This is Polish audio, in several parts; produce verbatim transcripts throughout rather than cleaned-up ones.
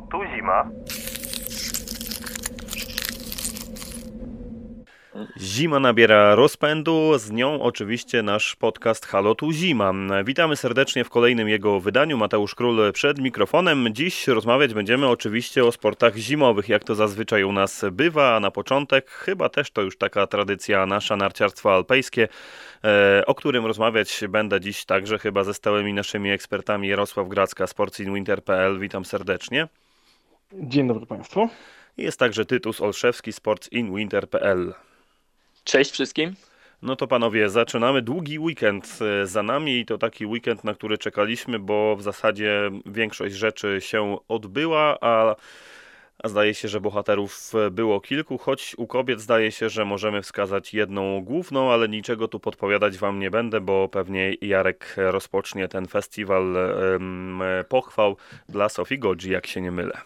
tu zima. Zima nabiera rozpędu, z nią oczywiście nasz podcast Halo tu Zima. Witamy serdecznie w kolejnym jego wydaniu. Mateusz Król przed mikrofonem. Dziś rozmawiać będziemy oczywiście o sportach zimowych, jak to zazwyczaj u nas bywa, a na początek chyba też to już taka tradycja nasza, narciarstwo alpejskie, o którym rozmawiać będę dziś także chyba ze stałymi naszymi ekspertami. Jarosław Gracka, sportsinwinter kropka p l. Witam serdecznie. Dzień dobry Państwu. Jest także Tytus Olszewski, sportsinwinter kropka p l. Cześć wszystkim. No to panowie, zaczynamy. Długi weekend za nami i to taki weekend, na który czekaliśmy, bo w zasadzie większość rzeczy się odbyła, a, a zdaje się, że bohaterów było kilku, choć u kobiet zdaje się, że możemy wskazać jedną główną, ale niczego tu podpowiadać wam nie będę, bo pewnie Jarek rozpocznie ten festiwal um, pochwał dla Sofii Godzi, jak się nie mylę.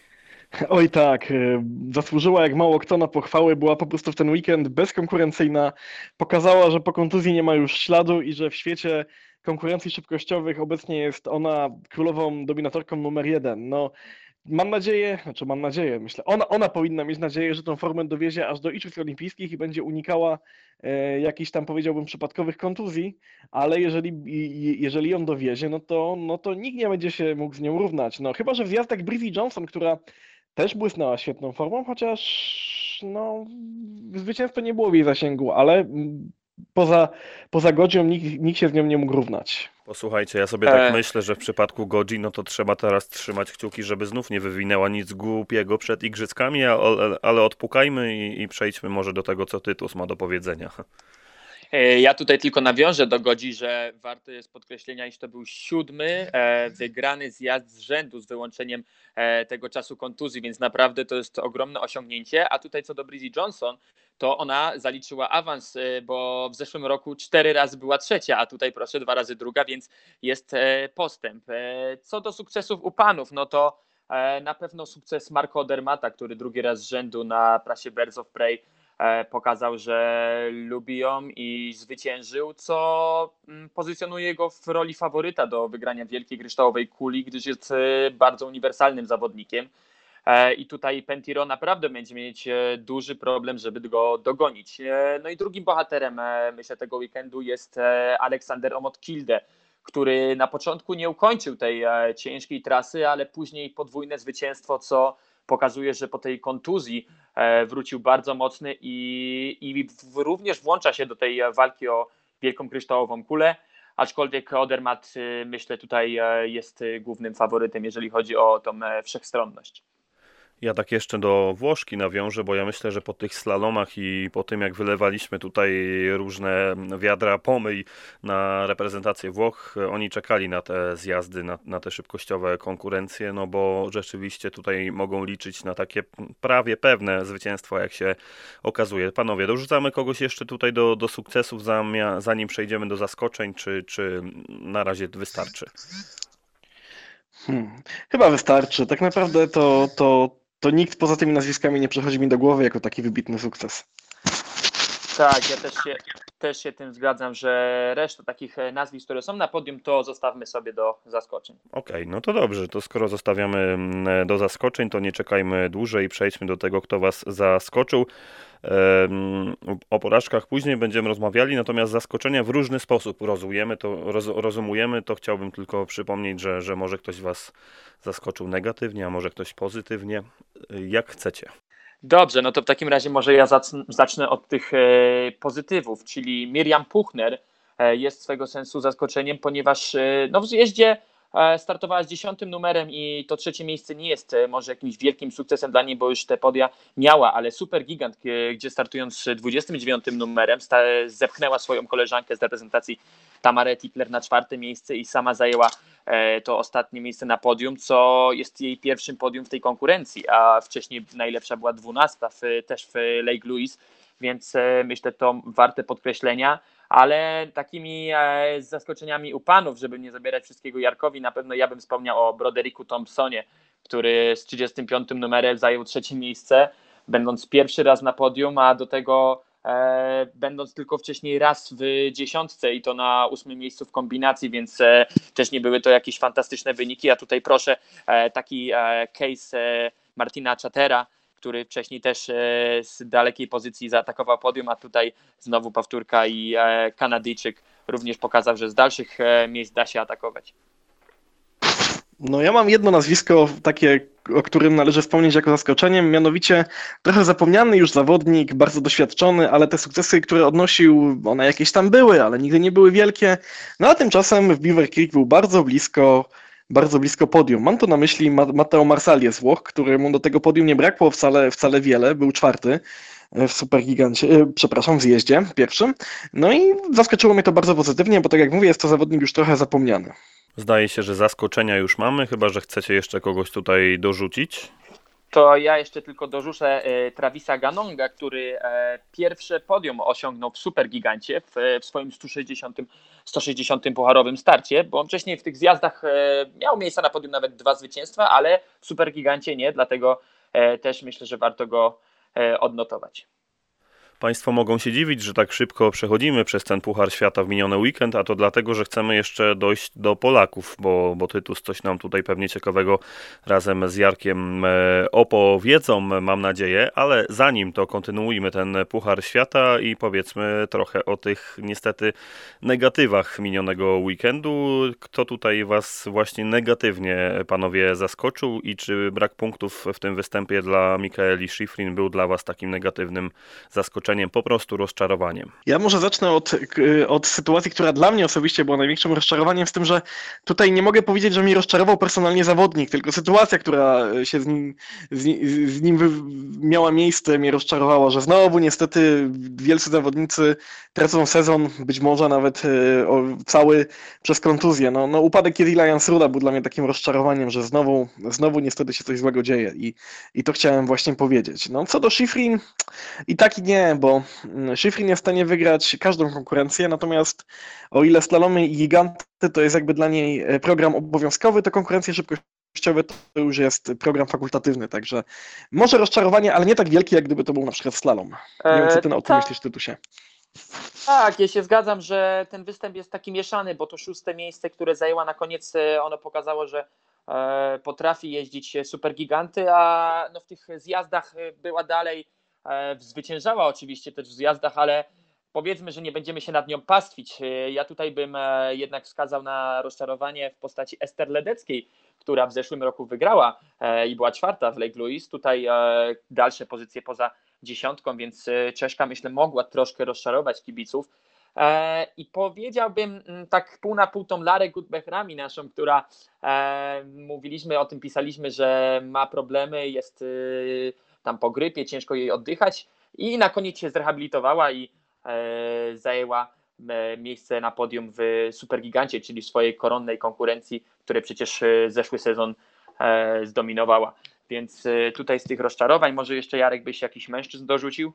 Oj tak, zasłużyła jak mało kto na pochwały, była po prostu w ten weekend bezkonkurencyjna, pokazała, że po kontuzji nie ma już śladu i że w świecie konkurencji szybkościowych obecnie jest ona królową, dominatorką numer jeden. No, mam nadzieję, znaczy mam nadzieję, myślę, ona, ona powinna mieć nadzieję, że tą formę dowiezie aż do Igrzysk Olimpijskich i będzie unikała e, jakichś tam, powiedziałbym, przypadkowych kontuzji, ale jeżeli, i- jeżeli ją dowiezie, no to, no to nikt nie będzie się mógł z nią równać. No, chyba że w gwiazdach Breezy Johnson, która też błysnęła świetną formą, chociaż no, zwycięstwo nie było w jej zasięgu, ale mm, poza, poza Godzią nikt, nikt się z nią nie mógł równać. Posłuchajcie, ja sobie tak E, myślę, że w przypadku Godzi, no to trzeba teraz trzymać kciuki, żeby znów nie wywinęła nic głupiego przed igrzyskami, ale, ale odpukajmy i, i przejdźmy może do tego, co Tytus ma do powiedzenia. e, Ja tutaj tylko nawiążę do Godzi, że warto jest podkreślenia, iż to był siódmy e, wygrany zjazd z rzędu z wyłączeniem e, tego czasu kontuzji, więc naprawdę to jest ogromne osiągnięcie. A tutaj co do Breezy Johnson, to ona zaliczyła awans, e, bo w zeszłym roku cztery razy była trzecia, a tutaj proszę dwa razy druga, więc jest e, postęp. E, Co do sukcesów u panów, no to e, na pewno sukces Marco Odermata, który drugi raz z rzędu na prasie Birds of Prey e, pokazał, że lubi ją i zwyciężył, co mm, pozycjonuje go w roli faworyta do wygrania Wielkiej Kryształowej Kuli, gdyż jest e, bardzo uniwersalnym zawodnikiem. E, I tutaj Pentiro naprawdę będzie mieć e, duży problem, żeby go dogonić. E, No i drugim bohaterem, e, myślę, tego weekendu jest e, Aleksander Omot-Kilde, który na początku nie ukończył tej e, ciężkiej trasy, ale później podwójne zwycięstwo, co pokazuje, że po tej kontuzji e, wrócił bardzo mocny i, i w, również włącza się do tej walki o Wielką Kryształową Kulę. Aczkolwiek Odermatt, e, myślę, tutaj e, jest e, głównym faworytem, jeżeli chodzi o tą e, wszechstronność. Ja tak jeszcze do Włoszki nawiążę, bo ja myślę, że po tych slalomach i po tym, jak wylewaliśmy tutaj różne wiadra pomyj na reprezentację Włoch, oni czekali na te zjazdy, na, na te szybkościowe konkurencje, no bo rzeczywiście tutaj mogą liczyć na takie prawie pewne zwycięstwo, jak się okazuje. Panowie, dorzucamy kogoś jeszcze tutaj do, do sukcesów, zamia- zanim przejdziemy do zaskoczeń, czy, czy na razie wystarczy? Hmm. Chyba wystarczy. Tak naprawdę to, to, to nikt poza tymi nazwiskami nie przychodzi mi do głowy jako taki wybitny sukces. Tak, ja też się, też się tym zgadzam, że resztę takich e, nazwisk, które są na podium, to zostawmy sobie do zaskoczeń. Okej, no to dobrze, to skoro zostawiamy mm, do zaskoczeń, to nie czekajmy dłużej i przejdźmy do tego, kto was zaskoczył. Em, O porażkach później będziemy rozmawiali, natomiast zaskoczenia w różny sposób rozumujemy, to, roz, rozumujemy, to chciałbym tylko przypomnieć, że, że może ktoś was zaskoczył negatywnie, a może ktoś pozytywnie, jak chcecie. Dobrze, no to w takim razie może ja zacn- zacznę od tych e, pozytywów, czyli Miriam Puchner e, jest swego sensu zaskoczeniem, ponieważ e, no w zjeździe e, startowała z dziesiątym numerem i to trzecie miejsce nie jest e, może jakimś wielkim sukcesem dla niej, bo już te podia miała, ale Super Gigant, e, gdzie startując z dwudziestym dziewiątym numerem sta- zepchnęła swoją koleżankę z reprezentacji Tamarę Tipler na czwarte miejsce i sama zajęła e, to ostatnie miejsce na podium, co jest jej pierwszym podium w tej konkurencji, a wcześniej najlepsza była dwunasta w, też w Lake Louise, więc e, myślę to warte podkreślenia, ale takimi e, zaskoczeniami u panów, żeby nie zabierać wszystkiego Jarkowi, na pewno ja bym wspomniał o Brodericku Thompsonie, który z trzydziestym piątym numerem zajął trzecie miejsce, będąc pierwszy raz na podium, a do tego e, będąc tylko wcześniej raz w dziesiątce i to na ósmym miejscu w kombinacji, więc e, też nie były to jakieś fantastyczne wyniki. Ja tutaj proszę e, taki e, case e, Martina Chatera, który wcześniej też e, z dalekiej pozycji zaatakował podium, a tutaj znowu powtórka i e, Kanadyjczyk również pokazał, że z dalszych e, miejsc da się atakować. No ja mam jedno nazwisko takie, o którym należy wspomnieć jako zaskoczeniem, mianowicie trochę zapomniany już zawodnik, bardzo doświadczony, ale te sukcesy, które odnosił, one jakieś tam były, ale nigdy nie były wielkie. No a tymczasem w Beaver Creek był bardzo blisko, bardzo blisko podium. Mam tu na myśli Matteo Marsalię z Włoch, któremu do tego podium nie brakło wcale, wcale wiele, był czwarty w Supergigancie, przepraszam, w zjeździe pierwszym. No i zaskoczyło mnie to bardzo pozytywnie, bo tak jak mówię, jest to zawodnik już trochę zapomniany. Zdaje się, że zaskoczenia już mamy, chyba że chcecie jeszcze kogoś tutaj dorzucić. To ja jeszcze tylko dorzucę e, Travisa Ganonga, który e, pierwsze podium osiągnął w Supergigancie w, w swoim sto sześćdziesiątym, sto sześćdziesiątym pucharowym starcie, bo on wcześniej w tych zjazdach e, miał miejsca na podium nawet dwa zwycięstwa, ale w Supergigancie nie, dlatego e, też myślę, że warto go e, odnotować. Państwo mogą się dziwić, że tak szybko przechodzimy przez ten Puchar Świata w miniony weekend, a to dlatego, że chcemy jeszcze dojść do Polaków, bo, bo Tytus coś nam tutaj pewnie ciekawego razem z Jarkiem opowiedzą, mam nadzieję, ale zanim to kontynuujmy ten Puchar Świata i powiedzmy trochę o tych niestety negatywach minionego weekendu. Kto tutaj Was właśnie negatywnie, panowie, zaskoczył i czy brak punktów w tym występie dla Mikaeli Shiffrin był dla Was takim negatywnym zaskoczeniem? Po prostu rozczarowaniem. Ja może zacznę od, od sytuacji, która dla mnie osobiście była największym rozczarowaniem, z tym, że tutaj nie mogę powiedzieć, że mnie rozczarował personalnie zawodnik, tylko sytuacja, która się z nim, z, z nim miała miejsce, mnie rozczarowała, że znowu niestety wielcy zawodnicy tracą sezon, być może nawet o, cały przez kontuzję. No, no upadek Kirilla Jansruda był dla mnie takim rozczarowaniem, że znowu, znowu niestety się coś złego dzieje i, i to chciałem właśnie powiedzieć. No, co do Shiffrin, i tak i nie, bo Shiffrin jest w stanie wygrać każdą konkurencję, natomiast o ile slalomy i giganty to jest jakby dla niej program obowiązkowy, to konkurencje szybkościowe to już jest program fakultatywny, także może rozczarowanie, ale nie tak wielkie, jak gdyby to był na przykład slalom. Nie wiem, co ty o tym tak. myślisz, Tytusie? Tak, ja się zgadzam, że ten występ jest taki mieszany, bo to szóste miejsce, które zajęła na koniec, ono pokazało, że e, potrafi jeździć supergiganty, a no w tych zjazdach była dalej, e, zwyciężała oczywiście też w zjazdach, ale powiedzmy, że nie będziemy się nad nią pastwić. Ja tutaj bym e, jednak wskazał na rozczarowanie w postaci Ester Ledeckiej, która w zeszłym roku wygrała e, i była czwarta w Lake Louise. Tutaj e, dalsze pozycje poza dziesiątką, więc Czeszka, myślę, mogła troszkę rozczarować kibiców. E, I powiedziałbym tak pół na pół tą Larę Gutbechrami naszą, która e, mówiliśmy o tym, pisaliśmy, że ma problemy, jest y, tam po grypie, ciężko jej oddychać i na koniec się zrehabilitowała i e, zajęła e, miejsce na podium w Supergigancie, czyli w swojej koronnej konkurencji, której przecież zeszły sezon e, zdominowała. Więc tutaj z tych rozczarowań może jeszcze, Jarek, byś jakiś mężczyzn dorzucił?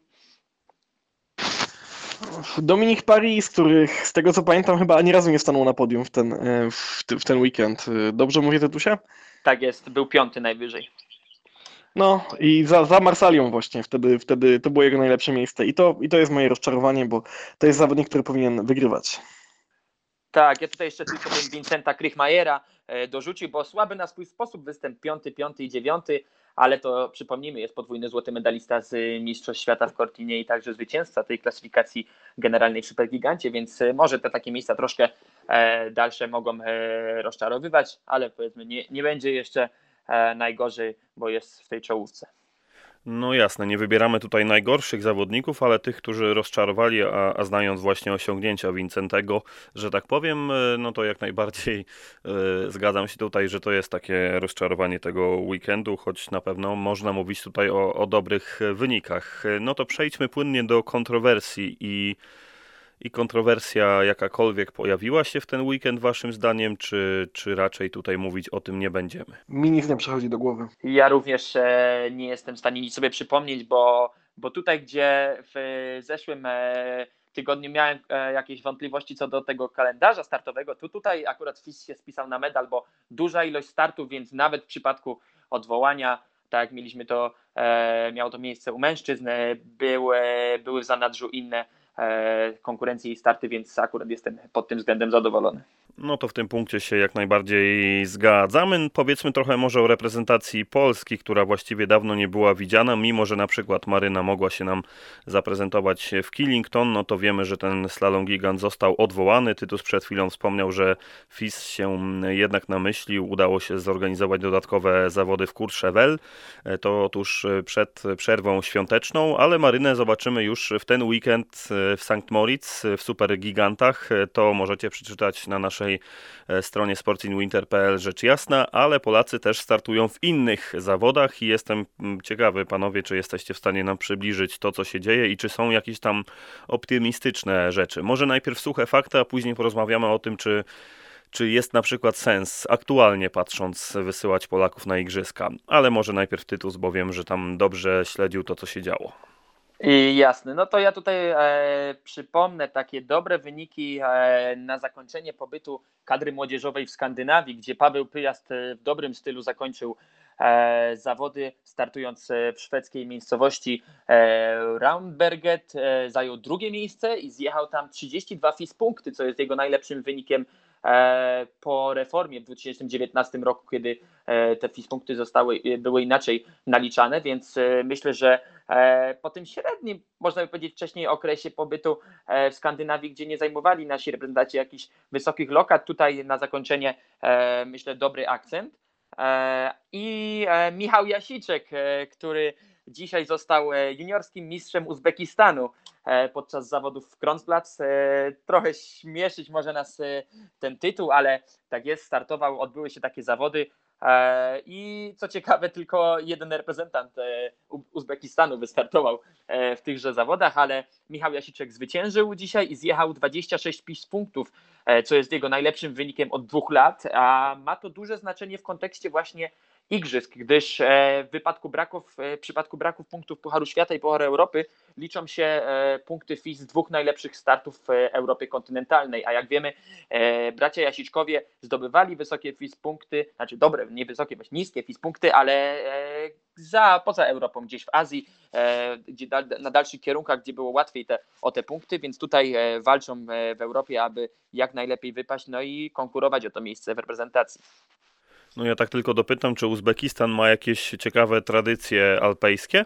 Dominik Paris, który z tego co pamiętam chyba ani razu nie stanął na podium w ten, w, w ten weekend. Dobrze mówię, Tytusie? Tak jest, był piąty najwyżej. No i za, za Marsalią właśnie, wtedy, wtedy to było jego najlepsze miejsce i to, i to jest moje rozczarowanie, bo to jest zawodnik, który powinien wygrywać. Tak, ja tutaj jeszcze tylko bym Vincenta Krichmajera dorzucił, bo słaby na swój sposób występ piąty, piąty i dziewiąty, ale to przypomnijmy, jest podwójny złoty medalista z Mistrzostw Świata w Cortinie i także zwycięzca tej klasyfikacji generalnej w Supergigancie, więc może te takie miejsca troszkę dalsze mogą rozczarowywać, ale powiedzmy nie, nie będzie jeszcze najgorzej, bo jest w tej czołówce. No jasne, nie wybieramy tutaj najgorszych zawodników, ale tych, którzy rozczarowali, a, a znając właśnie osiągnięcia Vincentego, że tak powiem, no to jak najbardziej y, zgadzam się tutaj, że to jest takie rozczarowanie tego weekendu, choć na pewno można mówić tutaj o, o dobrych wynikach. No to przejdźmy płynnie do kontrowersji i I kontrowersja jakakolwiek pojawiła się w ten weekend waszym zdaniem, czy, czy raczej tutaj mówić o tym nie będziemy? Mi nic nie przychodzi do głowy. Ja również e, nie jestem w stanie nic sobie przypomnieć, bo, bo tutaj, gdzie w zeszłym e, tygodniu miałem e, jakieś wątpliwości co do tego kalendarza startowego, to tutaj akurat F I S się spisał na medal, bo duża ilość startów, więc nawet w przypadku odwołania tak jak mieliśmy to, e, miało to miejsce u mężczyzn, były, były w zanadrzu inne e, konkurencje i starty, więc akurat jestem pod tym względem zadowolony. No to w tym punkcie się jak najbardziej zgadzamy. Powiedzmy trochę może o reprezentacji Polski, która właściwie dawno nie była widziana, mimo że na przykład Maryna mogła się nam zaprezentować w Killington, no to wiemy, że ten slalom gigant został odwołany. Tytus przed chwilą wspomniał, że F I S się jednak namyślił, udało się zorganizować dodatkowe zawody w Courchevel, to tuż przed przerwą świąteczną, ale Marynę zobaczymy już w ten weekend w Sankt Moritz w Super Gigantach. To możecie przeczytać na naszej stronie sportinwinter kropka p l, rzecz jasna, ale Polacy też startują w innych zawodach i jestem ciekawy, panowie, czy jesteście w stanie nam przybliżyć to, co się dzieje i czy są jakieś tam optymistyczne rzeczy. Może najpierw suche fakty, a później porozmawiamy o tym, czy, czy jest na przykład sens aktualnie patrząc wysyłać Polaków na igrzyska. Ale może najpierw Tytus, bo wiem, że tam dobrze śledził to, co się działo. I jasne, no to ja tutaj e, przypomnę takie dobre wyniki e, na zakończenie pobytu kadry młodzieżowej w Skandynawii, gdzie Paweł Pyjast w dobrym stylu zakończył e, zawody, startując w szwedzkiej miejscowości e, Raundberget, e, zajął drugie miejsce i zjechał tam trzydzieści dwa F I S punkty, co jest jego najlepszym wynikiem e, po reformie w dwa tysiące dziewiętnastym roku, kiedy e, te F I S punkty zostały, były inaczej naliczane, więc e, myślę, że po tym średnim, można by powiedzieć, wcześniej okresie pobytu w Skandynawii, gdzie nie zajmowali nasi reprezentanci jakichś wysokich lokat, tutaj na zakończenie myślę dobry akcent. I Michał Jasiczek, który dzisiaj został juniorskim mistrzem Uzbekistanu podczas zawodów w Kronplatz. Trochę śmieszyć może nas ten tytuł, ale tak jest, startował, odbyły się takie zawody. I co ciekawe, tylko jeden reprezentant Uzbekistanu wystartował w tychże zawodach, ale Michał Jasiczek zwyciężył dzisiaj i zjechał dwadzieścia sześć F I S punktów, co jest jego najlepszym wynikiem od dwóch lat, a ma to duże znaczenie w kontekście właśnie igrzysk, gdyż w wypadku braków, w przypadku braków punktów Pucharu Świata i Pucharu Europy liczą się punkty F I S dwóch najlepszych startów w Europie kontynentalnej, a jak wiemy, bracia Jasiczkowie zdobywali wysokie F I S punkty, znaczy dobre, nie wysokie, bo niskie F I S punkty, ale za, poza Europą, gdzieś w Azji, gdzie na dalszych kierunkach, gdzie było łatwiej te, o te punkty, więc tutaj walczą w Europie, aby jak najlepiej wypaść, no i konkurować o to miejsce w reprezentacji. No ja tak tylko dopytam, czy Uzbekistan ma jakieś ciekawe tradycje alpejskie?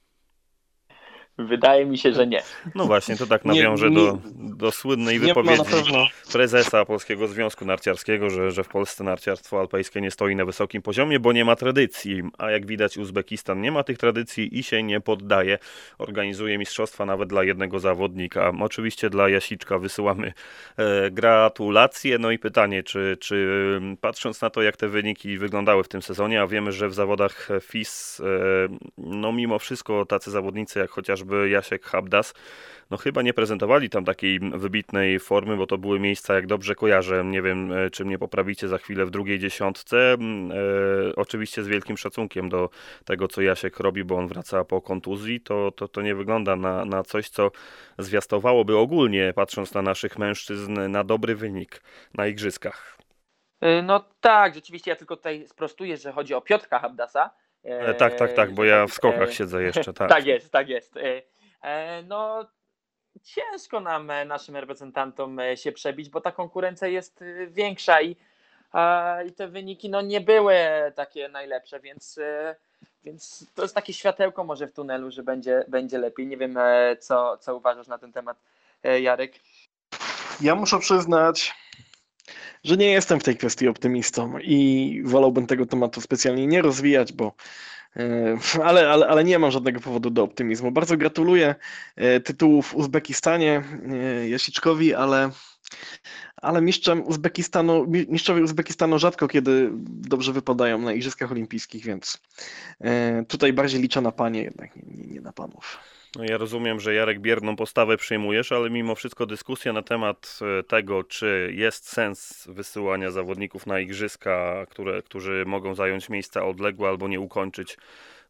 Wydaje mi się, że nie. No właśnie, to tak nawiążę nie, nie, do, do słynnej wypowiedzi prezesa Polskiego Związku Narciarskiego, że, że w Polsce narciarstwo alpejskie nie stoi na wysokim poziomie, bo nie ma tradycji. A jak widać, Uzbekistan nie ma tych tradycji i się nie poddaje. Organizuje mistrzostwa nawet dla jednego zawodnika. Oczywiście dla Jasiczka wysyłamy e, gratulacje. No i pytanie, czy, czy patrząc na to, jak te wyniki wyglądały w tym sezonie, a wiemy, że w zawodach F I S, e, no mimo wszystko tacy zawodnicy jak chociażby Jasiek Habdas, no chyba nie prezentowali tam takiej wybitnej formy, bo to były miejsca, jak dobrze kojarzę, nie wiem, czy mnie poprawicie za chwilę, w drugiej dziesiątce. E, oczywiście z wielkim szacunkiem do tego, co Jasiek robi, bo on wraca po kontuzji, to, to, to nie wygląda na, na coś, co zwiastowałoby ogólnie, patrząc na naszych mężczyzn, na dobry wynik na igrzyskach. No tak, rzeczywiście ja tylko tutaj sprostuję, że chodzi o Piotrka Habdasa. E, tak, tak, tak, bo ja w skokach siedzę jeszcze, tak. Tak jest, tak jest. No ciężko nam, naszym reprezentantom się przebić, bo ta konkurencja jest większa i, i te wyniki no, nie były takie najlepsze, więc, więc to jest takie światełko może w tunelu, że będzie, będzie lepiej. Nie wiem, co, co uważasz na ten temat, Jarek? Ja muszę przyznać, że nie jestem w tej kwestii optymistą i wolałbym tego tematu specjalnie nie rozwijać, bo ale, ale, ale nie mam żadnego powodu do optymizmu. Bardzo gratuluję tytułów w Uzbekistanie Jasiczkowi, ale, ale mistrzem Uzbekistanu, mistrzowie Uzbekistanu rzadko kiedy dobrze wypadają na Igrzyskach Olimpijskich, więc tutaj bardziej liczę na panie jednak, nie, nie na panów. No ja rozumiem, że Jarek bierną postawę przyjmujesz, ale mimo wszystko dyskusja na temat tego, czy jest sens wysyłania zawodników na igrzyska, które, którzy mogą zająć miejsca odległe albo nie ukończyć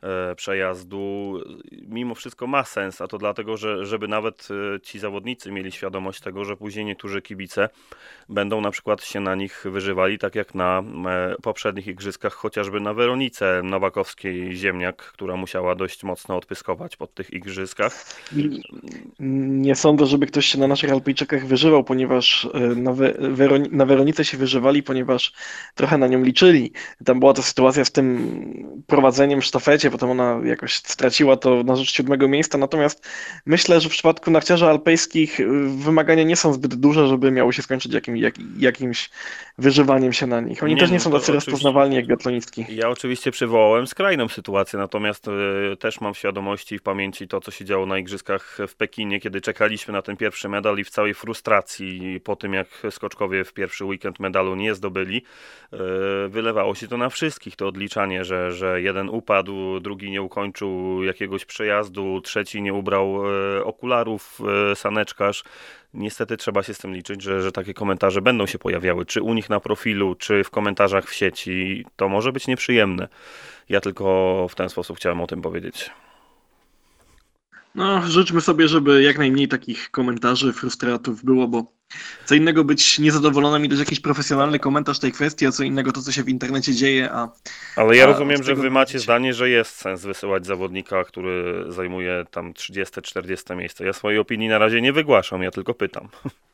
przejazdu mimo wszystko ma sens, a to dlatego, że żeby nawet ci zawodnicy mieli świadomość tego, że później niektórzy kibice będą na przykład się na nich wyżywali, tak jak na poprzednich igrzyskach, chociażby na Weronice Nowakowskiej-Ziemniak, która musiała dość mocno odpyskować po tych igrzyskach. Nie sądzę, żeby ktoś się na naszych Alpejczykach wyżywał, ponieważ na, We- Weroni- na Weronice się wyżywali, ponieważ trochę na nią liczyli. Tam była to sytuacja z tym prowadzeniem w sztafecie, potem ona jakoś straciła to na rzecz siódmego miejsca, natomiast myślę, że w przypadku narciarzy alpejskich wymagania nie są zbyt duże, żeby miało się skończyć jakim, jak, jakimś wyżywaniem się na nich. Oni Nie, też nie no są to tacy oczywiście- rozpoznawalni jak biatlonistki. Ja oczywiście przywołałem skrajną sytuację, natomiast e, też mam w świadomości i w pamięci to, co się działo na igrzyskach w Pekinie, kiedy czekaliśmy na ten pierwszy medal i w całej frustracji po tym, jak skoczkowie w pierwszy weekend medalu nie zdobyli, e, wylewało się to na wszystkich, to odliczanie, że, że jeden upadł, drugi nie ukończył jakiegoś przejazdu, trzeci nie ubrał e, okularów, e, saneczkarz. Niestety trzeba się z tym liczyć, że, że takie komentarze będą się pojawiały, czy u nich na profilu, czy w komentarzach w sieci. To może być nieprzyjemne. Ja tylko w ten sposób chciałem o tym powiedzieć. No, życzmy sobie, żeby jak najmniej takich komentarzy, frustratów było, bo co innego być niezadowolonym i dać jakiś profesjonalny komentarz tej kwestii, a co innego to, co się w internecie dzieje, a Ale ja A rozumiem, z że tego wy macie dowiedzieć- zdanie, że jest sens wysyłać zawodnika, który zajmuje tam trzydzieste czterdzieste miejsce. Ja swojej opinii na razie nie wygłaszam, ja tylko pytam.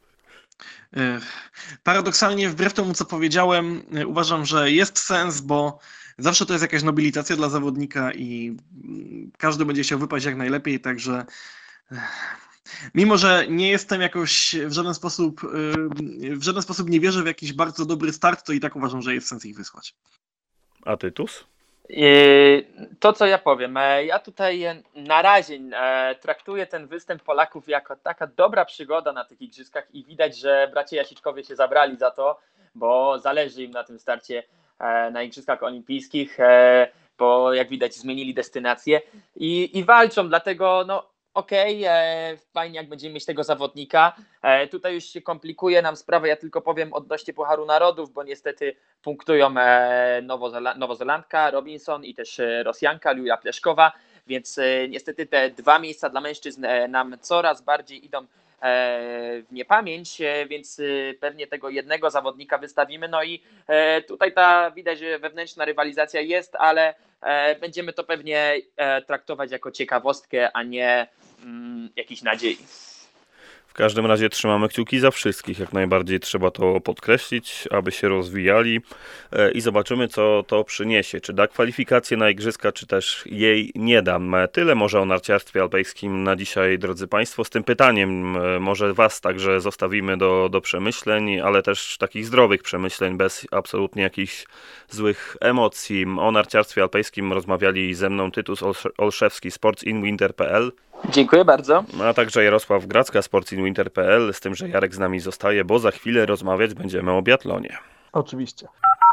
e, paradoksalnie, wbrew temu, co powiedziałem, e, uważam, że jest sens, bo zawsze to jest jakaś nobilitacja dla zawodnika i mm, każdy będzie chciał wypaść jak najlepiej, także e, mimo, że nie jestem jakoś w żaden sposób, e, w żaden sposób nie wierzę w jakiś bardzo dobry start, to i tak uważam, że jest sens ich wysłać. A Tytus? Yy, To, co ja powiem, e, ja tutaj e, na razie e, traktuję ten występ Polaków jako taka dobra przygoda na tych igrzyskach i widać, że bracia Jasiczkowie się zabrali za to, bo zależy im na tym starcie e, na igrzyskach olimpijskich, e, bo jak widać zmienili destynację i, i walczą, dlatego no okej, e, fajnie jak będziemy mieć tego zawodnika. E, tutaj już się komplikuje nam sprawa, ja tylko powiem odnośnie Pucharu Narodów, bo niestety punktują e, Nowozela- Nowozelandka, Robinson i też e, Rosjanka, Julia Pleszkowa, więc e, niestety te dwa miejsca dla mężczyzn e, nam coraz bardziej idą e, w niepamięć, e, więc e, pewnie tego jednego zawodnika wystawimy, no i e, tutaj ta widać, że wewnętrzna rywalizacja jest, ale e, będziemy to pewnie e, traktować jako ciekawostkę, a nie mm, jakiś nadziei. W każdym razie trzymamy kciuki za wszystkich, jak najbardziej trzeba to podkreślić, aby się rozwijali e, i zobaczymy, co to przyniesie. Czy da kwalifikację na igrzyska, czy też jej nie da. Tyle może o narciarstwie alpejskim na dzisiaj, drodzy Państwo. Z tym pytaniem e, może Was także zostawimy do, do przemyśleń, ale też takich zdrowych przemyśleń, bez absolutnie jakichś złych emocji. O narciarstwie alpejskim rozmawiali ze mną Tytus Olsz- Olszewski, sportsinwinter kropka p l, Dziękuję bardzo. a także Jarosław Gracka, sportsinwinter kropka p l, z tym, że Jarek z nami zostaje, bo za chwilę rozmawiać będziemy o biatlonie. Oczywiście.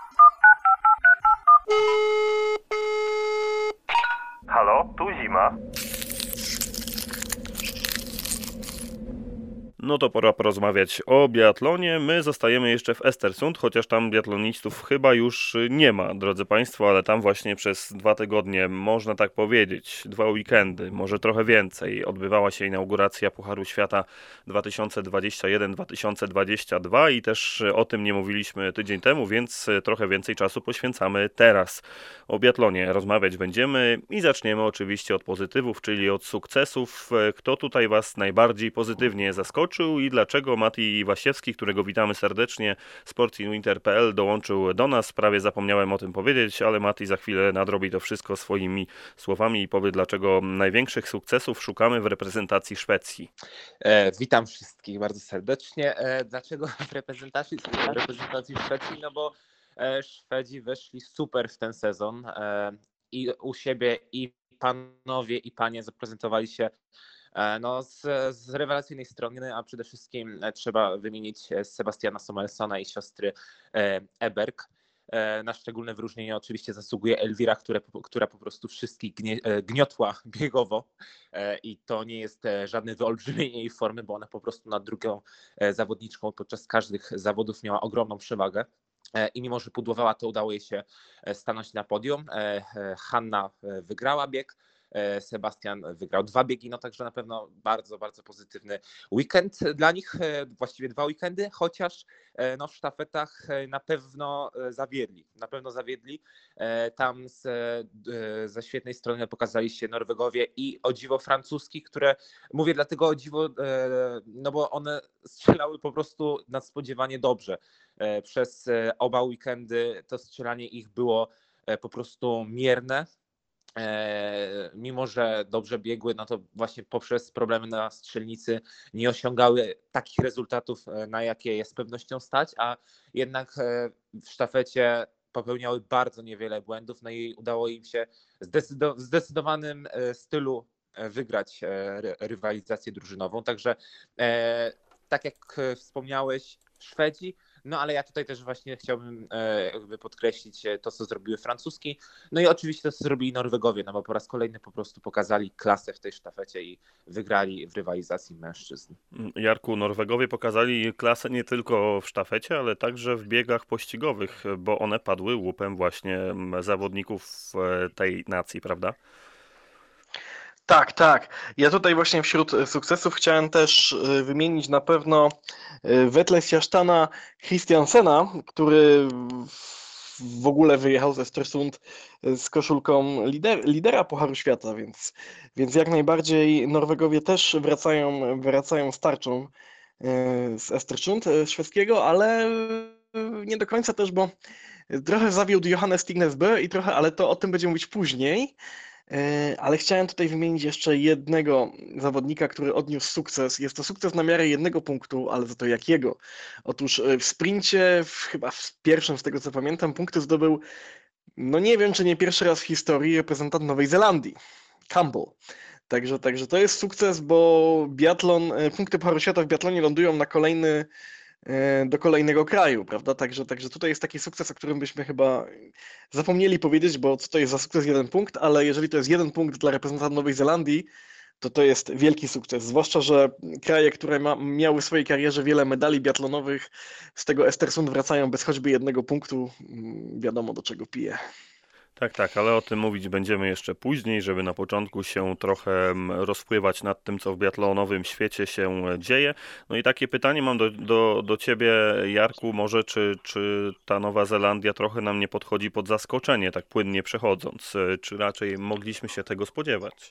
Halo, tu Zima. No to pora porozmawiać o biatlonie. My zostajemy jeszcze w Östersund, chociaż tam biatlonistów chyba już nie ma, drodzy Państwo, ale tam właśnie przez dwa tygodnie, można tak powiedzieć, dwa weekendy, może trochę więcej, odbywała się inauguracja Pucharu Świata dwa tysiące dwudziesty pierwszy dwa tysiące dwudziesty drugi i też o tym nie mówiliśmy tydzień temu, więc trochę więcej czasu poświęcamy teraz. O biatlonie rozmawiać będziemy i zaczniemy oczywiście od pozytywów, czyli od sukcesów. Kto tutaj Was najbardziej pozytywnie zaskoczył i dlaczego Mati Wasiewski, którego witamy serdecznie, sportsinwinter kropka p l, dołączył do nas. Prawie zapomniałem o tym powiedzieć, ale Mati za chwilę nadrobi to wszystko swoimi słowami i powie, dlaczego największych sukcesów szukamy w reprezentacji Szwecji. E, witam wszystkich bardzo serdecznie. E, dlaczego w reprezentacji, w reprezentacji Szwecji? No bo e, Szwedzi weszli super w ten sezon e, i u siebie i panowie i panie zaprezentowali się e, no, z, z rewelacyjnej strony, a przede wszystkim e, trzeba wymienić Sebastiana Samuelsona i siostry e, Eberg. Na szczególne wyróżnienie oczywiście zasługuje Elwira, które, która po prostu wszystkich gnie, gniotła biegowo i to nie jest żadne wyolbrzymienie jej formy, bo ona po prostu nad drugą zawodniczką podczas każdych zawodów miała ogromną przewagę. i mimo, że pudłowała, to udało jej się stanąć na podium. Hanna wygrała bieg, Sebastian wygrał dwa biegi, no także na pewno bardzo, bardzo pozytywny weekend dla nich, właściwie dwa weekendy, chociaż no, w sztafetach na pewno zawiedli, na pewno zawiedli. Tam z, ze świetnej strony pokazali się Norwegowie i o dziwo francuski, które mówię dlatego o dziwo, no bo one strzelały po prostu nadspodziewanie dobrze. Przez oba weekendy to strzelanie ich było po prostu mierne. Mimo że dobrze biegły, no to właśnie poprzez problemy na strzelnicy nie osiągały takich rezultatów, na jakie je z pewnością stać, a jednak w sztafecie popełniały bardzo niewiele błędów, no i udało im się w zdecydowanym stylu wygrać rywalizację drużynową. Także tak jak wspomniałeś, Szwedzi, no ale ja tutaj też właśnie chciałbym jakby podkreślić to, co zrobiły Francuski, no i oczywiście to, co zrobili Norwegowie, no bo po raz kolejny po prostu pokazali klasę w tej sztafecie i wygrali w rywalizacji mężczyzn. Jarku, Norwegowie pokazali klasę nie tylko w sztafecie, ale także w biegach pościgowych, bo one padły łupem właśnie zawodników tej nacji, prawda? Tak, tak. Ja tutaj właśnie wśród sukcesów chciałem też wymienić na pewno Wetlesa Jasztana Christiansena, który w ogóle wyjechał ze Östersund z koszulką lider, lidera Pucharu Świata, więc, więc jak najbardziej Norwegowie też wracają, wracają z tarczą z Östersund szwedzkiego, ale nie do końca też, bo trochę zawiódł Johannes Stignesbø i trochę, ale to o tym będziemy mówić później. Ale chciałem tutaj wymienić jeszcze jednego zawodnika, który odniósł sukces. Jest to sukces na miarę jednego punktu, ale za to jakiego? Otóż w sprincie, w, chyba w pierwszym z tego co pamiętam, punkty zdobył, no nie wiem czy nie pierwszy raz w historii, reprezentant Nowej Zelandii, Campbell. Także, także to jest sukces, bo biatlon, punkty Pucharu Świata w biatlonie lądują na kolejny do kolejnego kraju, prawda? Także, także tutaj jest taki sukces, o którym byśmy chyba zapomnieli powiedzieć, bo co to jest za sukces jeden punkt, ale jeżeli to jest jeden punkt dla reprezentanta Nowej Zelandii, to to jest wielki sukces, zwłaszcza, że kraje, które ma, miały w swojej karierze wiele medali biatlonowych, z tego Östersund wracają bez choćby jednego punktu, wiadomo do czego pije. Tak, tak, ale o tym mówić będziemy jeszcze później, żeby na początku się trochę rozpływać nad tym, co w biatlonowym świecie się dzieje. No i takie pytanie mam do, do, do Ciebie, Jarku, może czy, czy ta Nowa Zelandia trochę nam nie podchodzi pod zaskoczenie, tak płynnie przechodząc, czy raczej mogliśmy się tego spodziewać?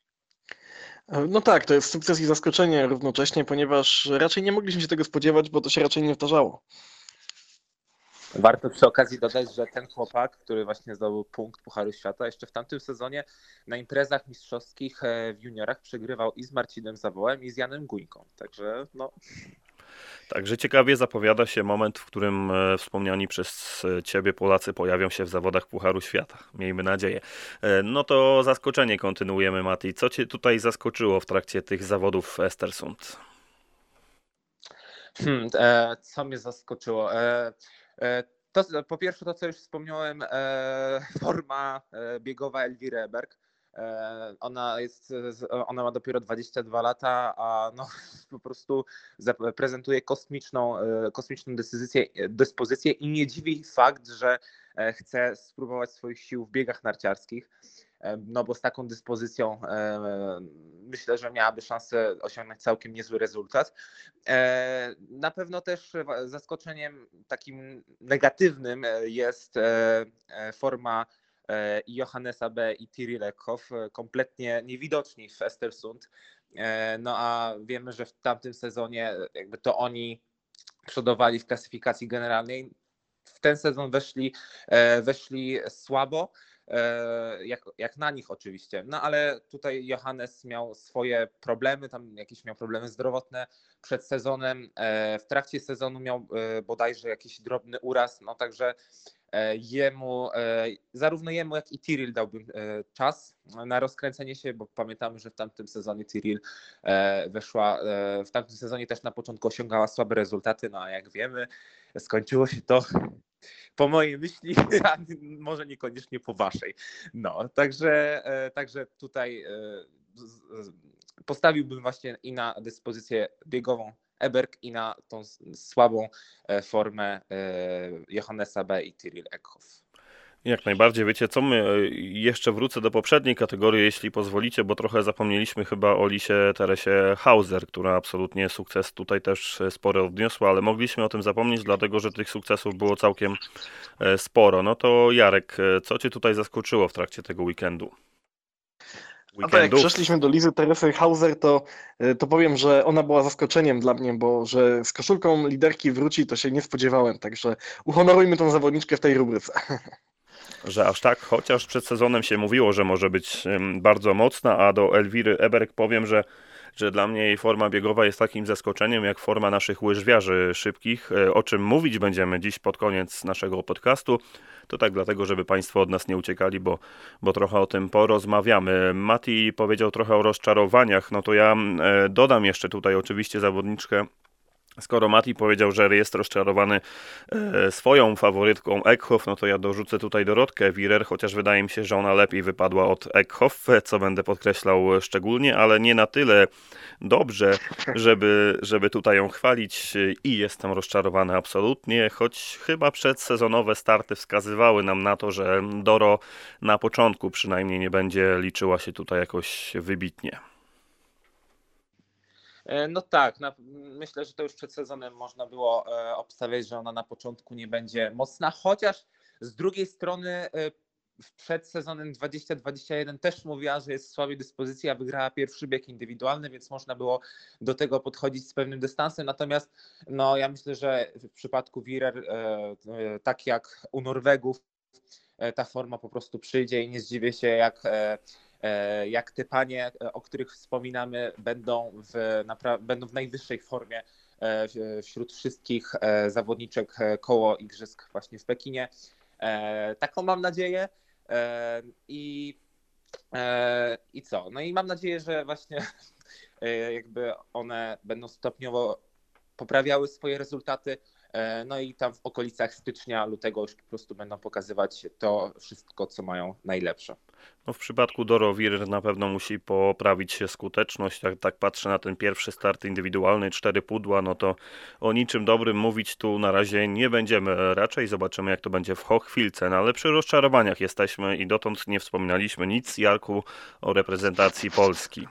No tak, to jest sukces i zaskoczenie równocześnie, ponieważ raczej nie mogliśmy się tego spodziewać, bo to się raczej nie wtarzało. Warto przy okazji dodać, że ten chłopak, który właśnie zdobył punkt Pucharu Świata, jeszcze w tamtym sezonie na imprezach mistrzowskich w juniorach przegrywał i z Marcinem Zawołem, i z Janem Guńką. Także no... Także ciekawie zapowiada się moment, w którym wspomniani przez Ciebie Polacy pojawią się w zawodach Pucharu Świata. Miejmy nadzieję. No to zaskoczenie kontynuujemy, Mati. Co Cię tutaj zaskoczyło w trakcie tych zawodów w Östersund? Hmm, e, co mnie zaskoczyło? E, e, to, po pierwsze to, co już wspomniałem, e, forma biegowa Elwiry Eberg. Ona jest, ona ma dopiero dwadzieścia dwa lata, a no po prostu prezentuje kosmiczną, kosmiczną dyspozycję, dyspozycję i nie dziwi fakt, że chce spróbować swoich sił w biegach narciarskich, no bo z taką dyspozycją myślę, że miałaby szansę osiągnąć całkiem niezły rezultat. Na pewno też zaskoczeniem takim negatywnym jest forma i Johannesa B. i Thierry Lekhoff, kompletnie niewidoczni w Östersund. No a wiemy, że w tamtym sezonie jakby to oni przodowali w klasyfikacji generalnej. W ten sezon weszli, weszli słabo, jak, jak na nich oczywiście. No ale tutaj Johannes miał swoje problemy, tam jakieś miał problemy zdrowotne przed sezonem. W trakcie sezonu miał bodajże jakiś drobny uraz, no także jemu, zarówno jemu jak i Tyrrell dałbym czas na rozkręcenie się, bo pamiętamy, że w tamtym sezonie Tyrrell weszła, w tamtym sezonie też na początku osiągała słabe rezultaty, no a jak wiemy, skończyło się to po mojej myśli, a może niekoniecznie po waszej. No, także, także tutaj postawiłbym właśnie i na dyspozycję biegową Eberg i na tą słabą formę Johannesa B. i Tyrrell Eckhoff. Jak najbardziej. Wiecie co, my jeszcze wrócę do poprzedniej kategorii, jeśli pozwolicie, bo trochę zapomnieliśmy chyba o Lisie Teresie Hauser, która absolutnie sukces tutaj też spory odniosła, ale mogliśmy o tym zapomnieć, dlatego że tych sukcesów było całkiem sporo. No to Jarek, co Cię tutaj zaskoczyło w trakcie tego weekendu? A tak, jak przeszliśmy do Lizy Teresy Hauser, to, to powiem, że ona była zaskoczeniem dla mnie, bo że z koszulką liderki wróci, to się nie spodziewałem, także uhonorujmy tą zawodniczkę w tej rubryce. Że aż tak, chociaż przed sezonem się mówiło, że może być bardzo mocna, a do Elwiry Eberg powiem, że, że dla mnie jej forma biegowa jest takim zaskoczeniem, jak forma naszych łyżwiarzy szybkich, o czym mówić będziemy dziś pod koniec naszego podcastu. To tak dlatego, żeby Państwo od nas nie uciekali, bo, bo trochę o tym porozmawiamy. Mati powiedział trochę o rozczarowaniach, no to ja dodam jeszcze tutaj oczywiście zawodniczkę. Skoro Mati powiedział, że jest rozczarowany e, swoją faworytką Eckhoff, no to ja dorzucę tutaj Dorotkę Wirer, chociaż wydaje mi się, że ona lepiej wypadła od Eckhoff, co będę podkreślał szczególnie, ale nie na tyle dobrze, żeby, żeby tutaj ją chwalić i jestem rozczarowany absolutnie, choć chyba przedsezonowe starty wskazywały nam na to, że Doro na początku przynajmniej nie będzie liczyła się tutaj jakoś wybitnie. No tak, na, myślę, że to już przed sezonem można było e, obstawiać, że ona na początku nie będzie mocna, chociaż z drugiej strony e, przed sezonem dwadzieścia dwadzieścia jeden też mówiła, że jest w słabej dyspozycji, a wygrała pierwszy bieg indywidualny, więc można było do tego podchodzić z pewnym dystansem, natomiast no, ja myślę, że w przypadku Wirer, e, e, tak jak u Norwegów, e, ta forma po prostu przyjdzie i nie zdziwię się, jak e, jak te panie, o których wspominamy, będą w, będą w najwyższej formie wśród wszystkich zawodniczek koło igrzysk właśnie w Pekinie. Taką mam nadzieję i, i co? No i mam nadzieję, że właśnie jakby one będą stopniowo poprawiały swoje rezultaty. No i tam w okolicach stycznia, lutego już po prostu będą pokazywać to wszystko, co mają najlepsze. No w przypadku Doro Wirer na pewno musi poprawić się skuteczność. Jak tak patrzę na ten pierwszy start indywidualny, cztery pudła, no to o niczym dobrym mówić tu na razie nie będziemy. Raczej zobaczymy, jak to będzie w Hochfilzen, ale przy rozczarowaniach jesteśmy i dotąd nie wspominaliśmy nic, Jarku, o reprezentacji Polski.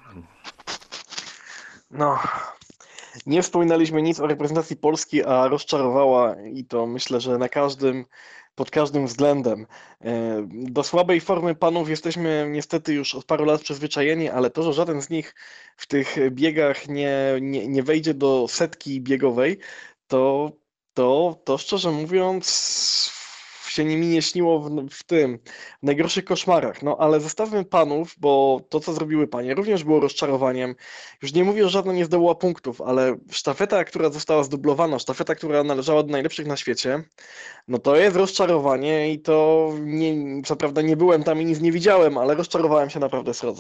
No... Nie wspominaliśmy nic o reprezentacji Polski, a rozczarowała i to myślę, że na każdym, pod każdym względem. Do słabej formy panów jesteśmy niestety już od paru lat przyzwyczajeni, ale to, że żaden z nich w tych biegach nie, nie, nie wejdzie do setki biegowej, to, to, to szczerze mówiąc się nimi nie śniło w, w tym, w najgorszych koszmarach. No ale zostawmy panów, bo to, co zrobiły panie, również było rozczarowaniem. Już nie mówię, że żadna nie zdobyła punktów, ale sztafeta, która została zdublowana, sztafeta, która należała do najlepszych na świecie, no to jest rozczarowanie i to nie, co prawda nie byłem tam i nic nie widziałem, ale rozczarowałem się naprawdę srodze.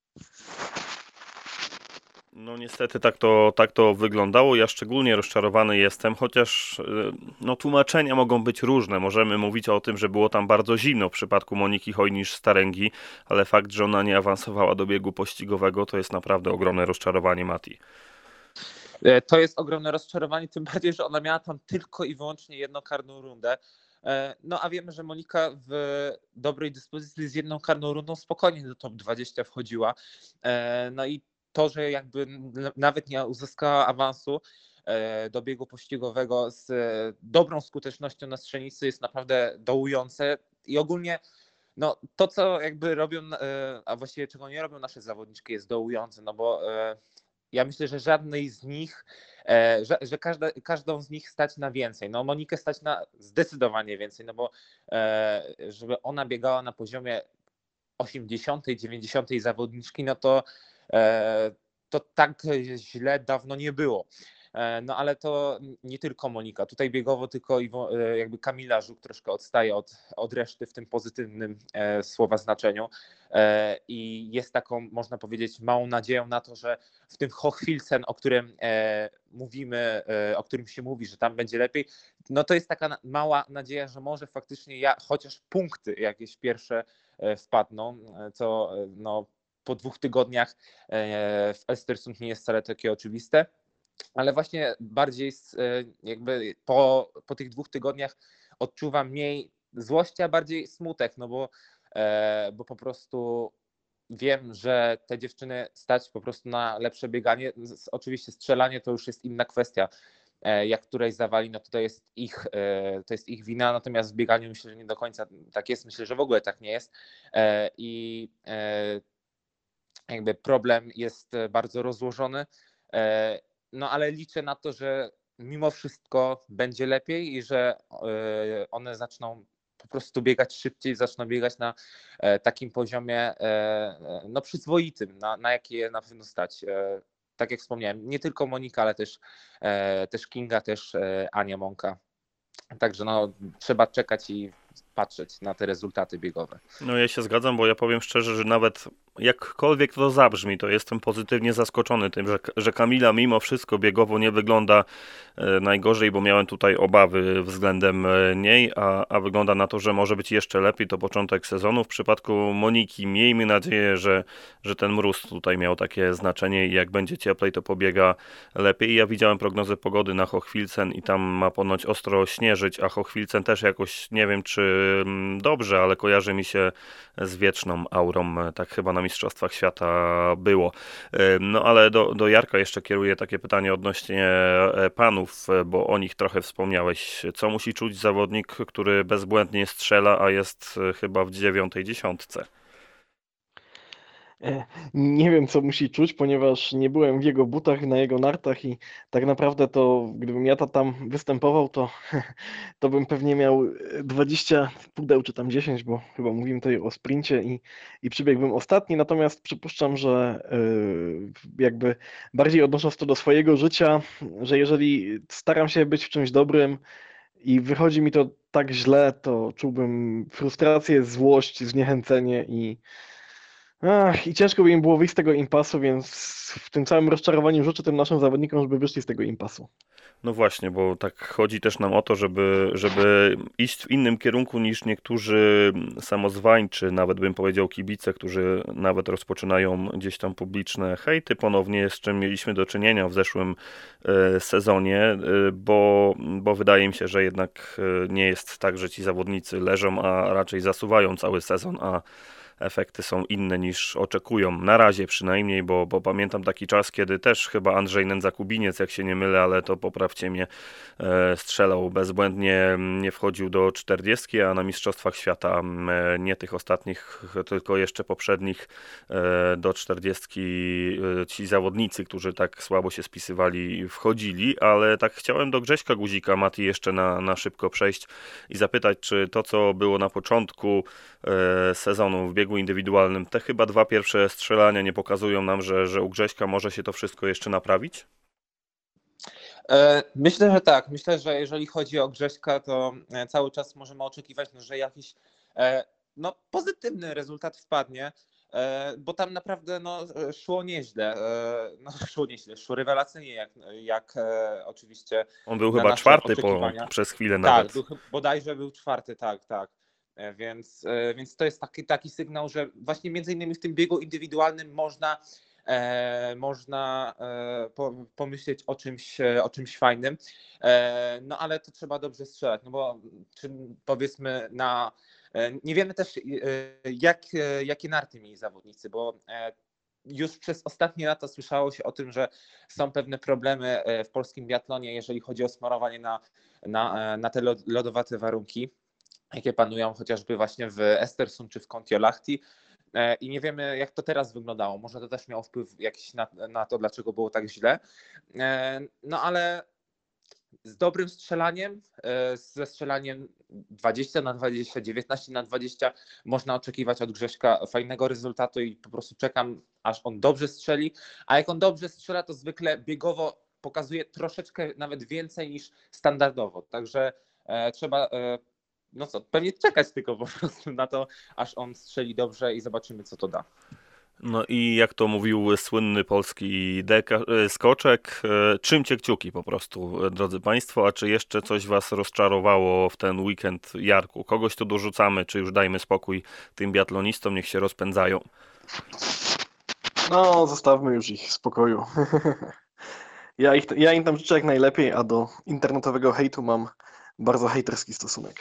No niestety tak to, tak to wyglądało. Ja szczególnie rozczarowany jestem, chociaż no, tłumaczenia mogą być różne. Możemy mówić o tym, że było tam bardzo zimno w przypadku Moniki Hojnisz-Staręgi, ale fakt, że ona nie awansowała do biegu pościgowego, to jest naprawdę ogromne rozczarowanie, Mati. To jest ogromne rozczarowanie, tym bardziej, że ona miała tam tylko i wyłącznie jedną karną rundę. No a wiemy, że Monika w dobrej dyspozycji z jedną karną rundą spokojnie do top dwadzieścia wchodziła. No i to, że jakby nawet nie uzyskała awansu do biegu pościgowego z dobrą skutecznością na strzelnicy, jest naprawdę dołujące i ogólnie no, to, co jakby robią, a właściwie czego nie robią nasze zawodniczki, jest dołujące, no bo ja myślę, że żadnej z nich, że, że każda, każdą z nich stać na więcej. No Monikę stać na zdecydowanie więcej, no bo żeby ona biegała na poziomie osiemdziesiątej, dziewięćdziesiątej zawodniczki, no to to tak źle dawno nie było. No ale to nie tylko Monika, tutaj biegowo tylko jakby Kamila Żuk troszkę odstaje od, od reszty w tym pozytywnym e, słowa znaczeniu e, i jest taką, można powiedzieć, małą nadzieją na to, że w tym Hochfilzen, o którym e, mówimy, e, o którym się mówi, że tam będzie lepiej, no to jest taka mała nadzieja, że może faktycznie ja, chociaż punkty jakieś pierwsze e, wpadną, co no po dwóch tygodniach w Östersund nie jest wcale takie oczywiste. ale właśnie bardziej z, e, jakby po, po tych dwóch tygodniach odczuwam mniej złości, a bardziej smutek, no bo, e, bo po prostu wiem, że te dziewczyny stać po prostu na lepsze bieganie. Z- Oczywiście strzelanie to już jest inna kwestia. E, Jak której zawali, no to to jest ich, e, to jest ich wina, natomiast w bieganiu myślę, że nie do końca tak jest. Myślę, że w ogóle tak nie jest. E, I e, jakby problem jest e, bardzo rozłożony. E, No ale liczę na to, że mimo wszystko będzie lepiej i że e, one zaczną po prostu biegać szybciej, zaczną biegać na e, takim poziomie e, e, no przyzwoitym, na, na jaki je na pewno stać. E, Tak jak wspomniałem, nie tylko Monika, ale też, e, też Kinga, też e, Ania Mąka. Także no, trzeba czekać i patrzeć na te rezultaty biegowe. No ja się zgadzam, bo ja powiem szczerze, że nawet jakkolwiek to zabrzmi, to jestem pozytywnie zaskoczony tym, że, że Kamila mimo wszystko biegowo nie wygląda e, najgorzej, bo miałem tutaj obawy względem e, niej, a, a wygląda na to, że może być jeszcze lepiej. To początek sezonu. W przypadku Moniki miejmy nadzieję, że, że ten mróz tutaj miał takie znaczenie i jak będzie cieplej, to pobiega lepiej. Ja widziałem prognozę pogody na Hochfilzen i tam ma ponoć ostro śnieżyć, a Hochfilzen też jakoś nie wiem czy mm, dobrze, ale kojarzy mi się z wieczną aurą, e, tak chyba na Mistrzostwach Świata było. E, No ale do, do Jarka jeszcze kieruję takie pytanie odnośnie e, panów, e, bo o nich trochę wspomniałeś. Co musi czuć zawodnik, który bezbłędnie strzela, a jest e, chyba w dziewiątej dziesiątce? E, Nie wiem, co musi czuć, ponieważ nie byłem w jego butach, na jego nartach i tak naprawdę to, gdybym ja ta- tam występował, to, to bym pewnie miał e, dwadzieścia pudeł, czy tam dziesięć, bo chyba mówimy tutaj o sprincie i, i przybiegłbym ostatni, natomiast przypuszczam, że e, jakby bardziej odnosząc to do swojego życia, że jeżeli staram się być w czymś dobrym i wychodzi mi to tak źle, to czułbym frustrację, złość, zniechęcenie i Ach, i ciężko by im było wyjść z tego impasu, więc w tym całym rozczarowaniu życzę tym naszym zawodnikom, żeby wyszli z tego impasu. No właśnie, bo tak chodzi też nam o to, żeby, żeby iść w innym kierunku niż niektórzy samozwańczy, nawet bym powiedział kibice, którzy nawet rozpoczynają gdzieś tam publiczne hejty ponownie, z czym mieliśmy do czynienia w zeszłym e, sezonie, e, bo, bo wydaje mi się, że jednak e, nie jest tak, że ci zawodnicy leżą, a raczej zasuwają cały sezon, a efekty są inne niż oczekują. Na razie przynajmniej, bo, bo pamiętam taki czas, kiedy też chyba Andrzej Nędza-Kubiniec, jak się nie mylę, ale to poprawcie mnie, e, strzelał bezbłędnie, nie wchodził do czterdziestki, a na Mistrzostwach Świata e, nie tych ostatnich, tylko jeszcze poprzednich e, do czterdziestki e, ci zawodnicy, którzy tak słabo się spisywali, wchodzili, ale tak chciałem do Grześka Guzika, Mati, jeszcze na, na szybko przejść i zapytać, czy to, co było na początku e, sezonu w biegu indywidualnym, te chyba dwa pierwsze strzelania nie pokazują nam, że, że u Grześka może się to wszystko jeszcze naprawić? E, Myślę, że tak. Myślę, że jeżeli chodzi o Grześka, to e, cały czas możemy oczekiwać, no, że jakiś e, no, pozytywny rezultat wpadnie, e, bo tam naprawdę no, szło nieźle. e, No, szło nieźle, szło rewelacyjnie, jak, jak e, oczywiście On był na chyba nasze czwarty po, oczekiwania. przez chwilę Tak, nawet. był, chy- bodajże był czwarty, tak, tak. E, Więc, e, więc to jest taki, taki sygnał, że właśnie między innymi w tym biegu indywidualnym można, e, można e, po, pomyśleć o czymś, e, o czymś fajnym. E, no ale to trzeba dobrze strzelać, no bo czy powiedzmy na e, nie wiemy też e, jak, e, jakie narty mieli zawodnicy, bo e, już przez ostatnie lata słyszało się o tym, że są pewne problemy e, w polskim biatlonie, jeżeli chodzi o smarowanie na, na, e, na te lod- lodowate warunki, jakie panują chociażby właśnie w Estersund czy w Kontiolahti. E, I nie wiemy, jak to teraz wyglądało. Może to też miało wpływ jakiś na, na to, dlaczego było tak źle. E, No ale z dobrym strzelaniem, e, ze strzelaniem dwadzieścia na dwadzieścia, dziewiętnaście na dwadzieścia można oczekiwać od Grześka fajnego rezultatu i po prostu czekam, aż on dobrze strzeli. A jak on dobrze strzela, to zwykle biegowo pokazuje troszeczkę nawet więcej niż standardowo. Także e, trzeba e, no co, pewnie czekać tylko po prostu na to, aż on strzeli dobrze i zobaczymy, co to da. No i jak to mówił słynny polski deka- e, skoczek, e, trzymcie kciuki po prostu, e, drodzy Państwo, a czy jeszcze coś Was rozczarowało w ten weekend, Jarku? Kogoś tu dorzucamy, czy już dajmy spokój tym biatlonistom, niech się rozpędzają? No, zostawmy już ich w spokoju. Ja, ich, ja im tam życzę jak najlepiej, a do internetowego hejtu mam bardzo hejterski stosunek.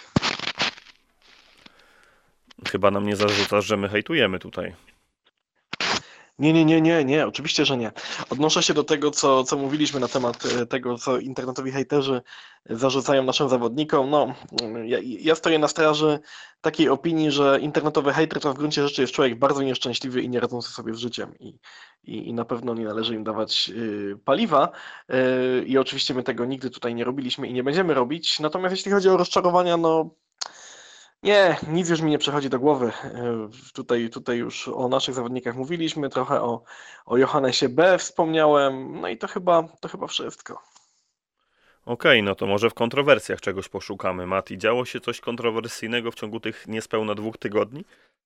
Chyba nam nie zarzucasz, że my hejtujemy tutaj. Nie, nie, nie, nie, nie, oczywiście, że nie. Odnoszę się do tego, co, co mówiliśmy na temat e, tego, co internetowi hejterzy zarzucają naszym zawodnikom. No, ja, ja stoję na straży takiej opinii, że internetowy hejter to w gruncie rzeczy jest człowiek bardzo nieszczęśliwy i nie radzący sobie z życiem. I, i, i na pewno nie należy im dawać y, paliwa. Y, I oczywiście my tego nigdy tutaj nie robiliśmy i nie będziemy robić. Natomiast jeśli chodzi o rozczarowania, no nie, nic już mi nie przychodzi do głowy. E, Tutaj, tutaj już o naszych zawodnikach mówiliśmy, trochę o, o Johannesie B. wspomniałem, no i to chyba, to chyba wszystko. Okej, no to może w kontrowersjach czegoś poszukamy. Mati, działo się coś kontrowersyjnego w ciągu tych niespełna dwóch tygodni?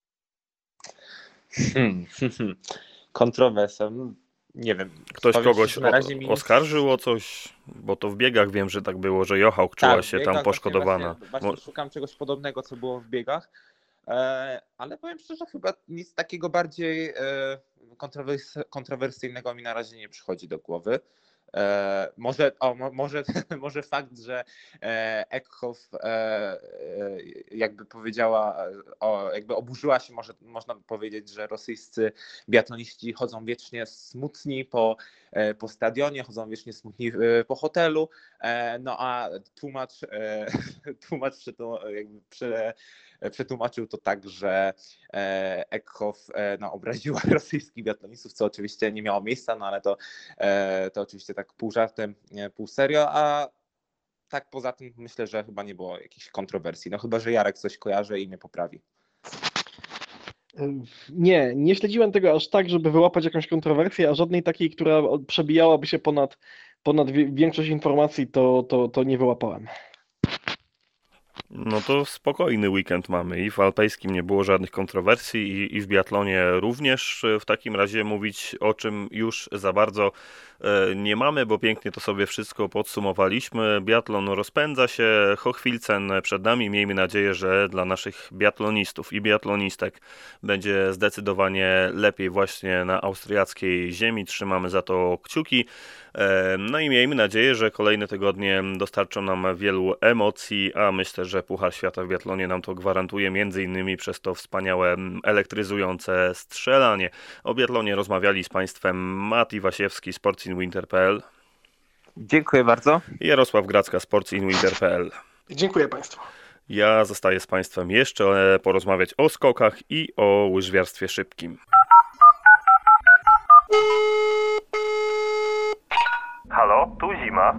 Hmm. Kontrowersja. no, Nie wiem. Ktoś Powiem kogoś szczerze, na razie mi o, nic- oskarżył o coś? Bo to w biegach wiem, że tak było, że Jochałk czuła Tak, w się biegach tam właśnie- poszkodowana. Właśnie, właśnie Mo- szukam czegoś podobnego, co było w biegach. E, ale powiem szczerze, chyba nic takiego bardziej e, kontrowers- kontrowersyjnego mi na razie nie przychodzi do głowy. E, może, o, mo, może, może fakt, że e, Eckhoff e, e, jakby powiedziała, e, o, jakby oburzyła się, może, można by powiedzieć, że rosyjscy biatloniści chodzą wiecznie smutni po, e, po stadionie, chodzą wiecznie smutni e, po hotelu, e, no a tłumacz, e, tłumacz przy to, jakby prze, przetłumaczył to tak, że e, Eckhoff e, no, obraziła rosyjskich biatlonistów, co oczywiście nie miało miejsca, no ale to, e, to oczywiście tak pół żartem, e, pół serio, a tak poza tym myślę, że chyba nie było jakichś kontrowersji, no chyba, że Jarek coś kojarzy i mnie poprawi. Nie, nie śledziłem tego aż tak, żeby wyłapać jakąś kontrowersję, a żadnej takiej, która przebijałaby się ponad, ponad wie- większość informacji, to, to, to nie wyłapałem. No to spokojny weekend mamy i w alpejskim nie było żadnych kontrowersji i, i w biatlonie również. W takim razie mówić o czym już za bardzo e, nie mamy, bo pięknie to sobie wszystko podsumowaliśmy. Biatlon rozpędza się, Hochfilzen przed nami. Miejmy nadzieję, że dla naszych biatlonistów i biatlonistek będzie zdecydowanie lepiej właśnie na austriackiej ziemi. Trzymamy za to kciuki. E, No i miejmy nadzieję, że kolejne tygodnie dostarczą nam wielu emocji, a myślę, że Puchar Świata w biatlonie nam to gwarantuje, między innymi przez to wspaniałe, elektryzujące strzelanie. O biatlonie rozmawiali z Państwem Mati Wasiewski, sportsinwinter kropka p l Dziękuję bardzo. i Jarosław Gracka, sportsinwinter kropka p l. Dziękuję Państwu. Ja zostaję z Państwem jeszcze porozmawiać o skokach i o łyżwiarstwie szybkim. Halo, tu zima.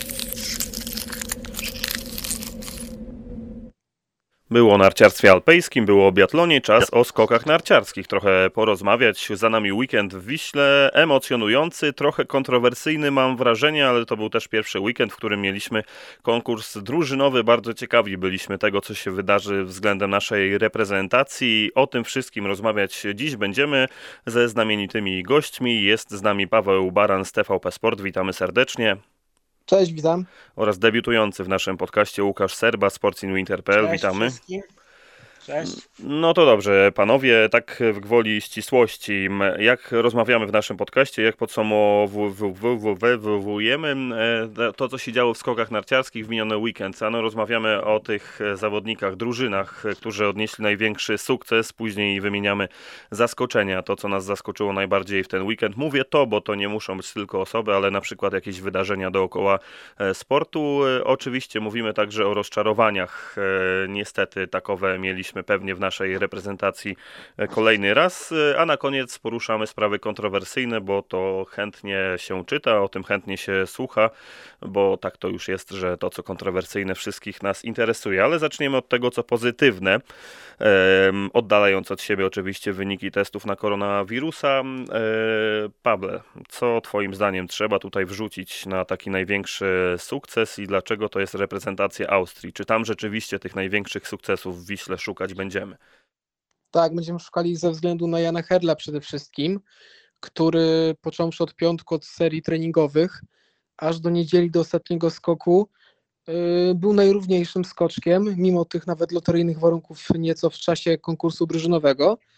Było o narciarstwie alpejskim, było o biatlonie, czas o skokach narciarskich. Trochę porozmawiać. Za nami weekend w Wiśle, emocjonujący, trochę kontrowersyjny mam wrażenie, ale to był też pierwszy weekend, w którym mieliśmy konkurs drużynowy. Bardzo ciekawi byliśmy tego, co się wydarzy względem naszej reprezentacji. O tym wszystkim rozmawiać dziś będziemy ze znamienitymi gośćmi. Jest z nami Paweł Baran z T V P Sport. Witamy serdecznie. Cześć, witam. Oraz debiutujący w naszym podcaście Łukasz Serba, sportsinwinter kropka p l. Cześć Witamy. wszystkim. Cześć. No to dobrze, panowie, tak w gwoli ścisłości, m, jak rozmawiamy w naszym podcaście, jak podsumowujemy e, to, co się działo w skokach narciarskich w miniony weekend. Ano rozmawiamy o tych zawodnikach, drużynach, którzy odnieśli największy sukces, później wymieniamy zaskoczenia, to co nas zaskoczyło najbardziej w ten weekend. Mówię to, bo to nie muszą być tylko osoby, ale na przykład jakieś wydarzenia dookoła e, sportu. E, Oczywiście mówimy także o rozczarowaniach, e, niestety takowe mieliśmy pewnie w naszej reprezentacji kolejny raz, a na koniec poruszamy sprawy kontrowersyjne, bo to chętnie się czyta, o tym chętnie się słucha, bo tak to już jest, że to co kontrowersyjne wszystkich nas interesuje, ale zaczniemy od tego co pozytywne, ehm, oddalając od siebie oczywiście wyniki testów na koronawirusa. Ehm, Pawle, co twoim zdaniem trzeba tutaj wrzucić na taki największy sukces i dlaczego to jest reprezentacja Austrii? Czy tam rzeczywiście tych największych sukcesów w Wiśle szukać będziemy? Tak, będziemy szukali ze względu na Jana Herla przede wszystkim, który począwszy od piątku, od serii treningowych, aż do niedzieli, do ostatniego skoku, yy, był najrówniejszym skoczkiem, mimo tych nawet loteryjnych warunków nieco w czasie konkursu drużynowego.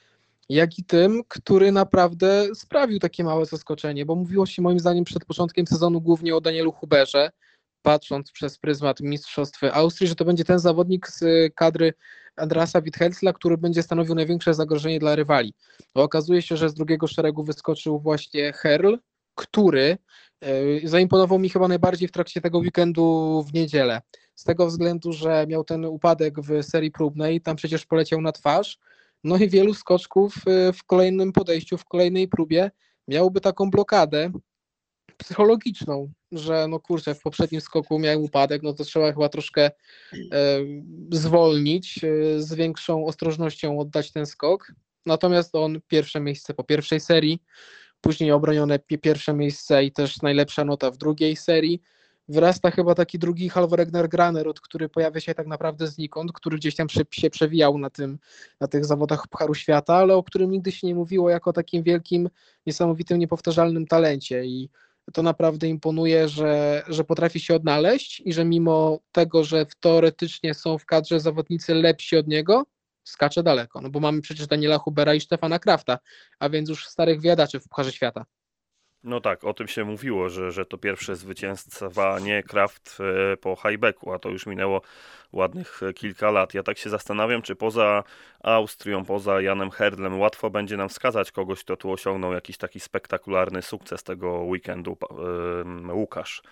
jak i tym, który naprawdę sprawił takie małe zaskoczenie, bo mówiło się moim zdaniem przed początkiem sezonu głównie o Danielu Huberze, patrząc przez pryzmat Mistrzostw Austrii, że to będzie ten zawodnik z kadry Andreasa Witthelsla, który będzie stanowił największe zagrożenie dla rywali. A okazuje się, że z drugiego szeregu wyskoczył właśnie Herl, który e, zaimponował mi chyba najbardziej w trakcie tego weekendu w niedzielę. Z tego względu, że miał ten upadek w serii próbnej, tam przecież poleciał na twarz, no i wielu skoczków e, w kolejnym podejściu, w kolejnej próbie miałoby taką blokadę psychologiczną, że no kurczę, w poprzednim skoku miałem upadek, no to trzeba chyba troszkę e, zwolnić, e, z większą ostrożnością oddać ten skok. Natomiast on pierwsze miejsce po pierwszej serii, później obronione pi- pierwsze miejsce i też najlepsza nota w drugiej serii. Wyrasta chyba taki drugi Halvor Egner Granerud, który pojawia się tak naprawdę znikąd, który gdzieś tam się, się przewijał na, tym, na tych zawodach Pucharu Świata, ale o którym nigdy się nie mówiło jako takim wielkim, niesamowitym, niepowtarzalnym talencie i to naprawdę imponuje, że, że potrafi się odnaleźć i że mimo tego, że teoretycznie są w kadrze zawodnicy lepsi od niego, skacze daleko, no bo mamy przecież Daniela Hubera i Stefana Krafta, a więc już starych wiadaczy w Pucharze Świata. No tak, o tym się mówiło, że, że to pierwsze zwycięstwa, nie Kraft e, po highbacku, a to już minęło ładnych e, kilka lat. Ja tak się zastanawiam, czy poza Austrią, poza Janem Herdlem łatwo będzie nam wskazać kogoś, kto tu osiągnął jakiś taki spektakularny sukces tego weekendu. Pa- e, Łukasz.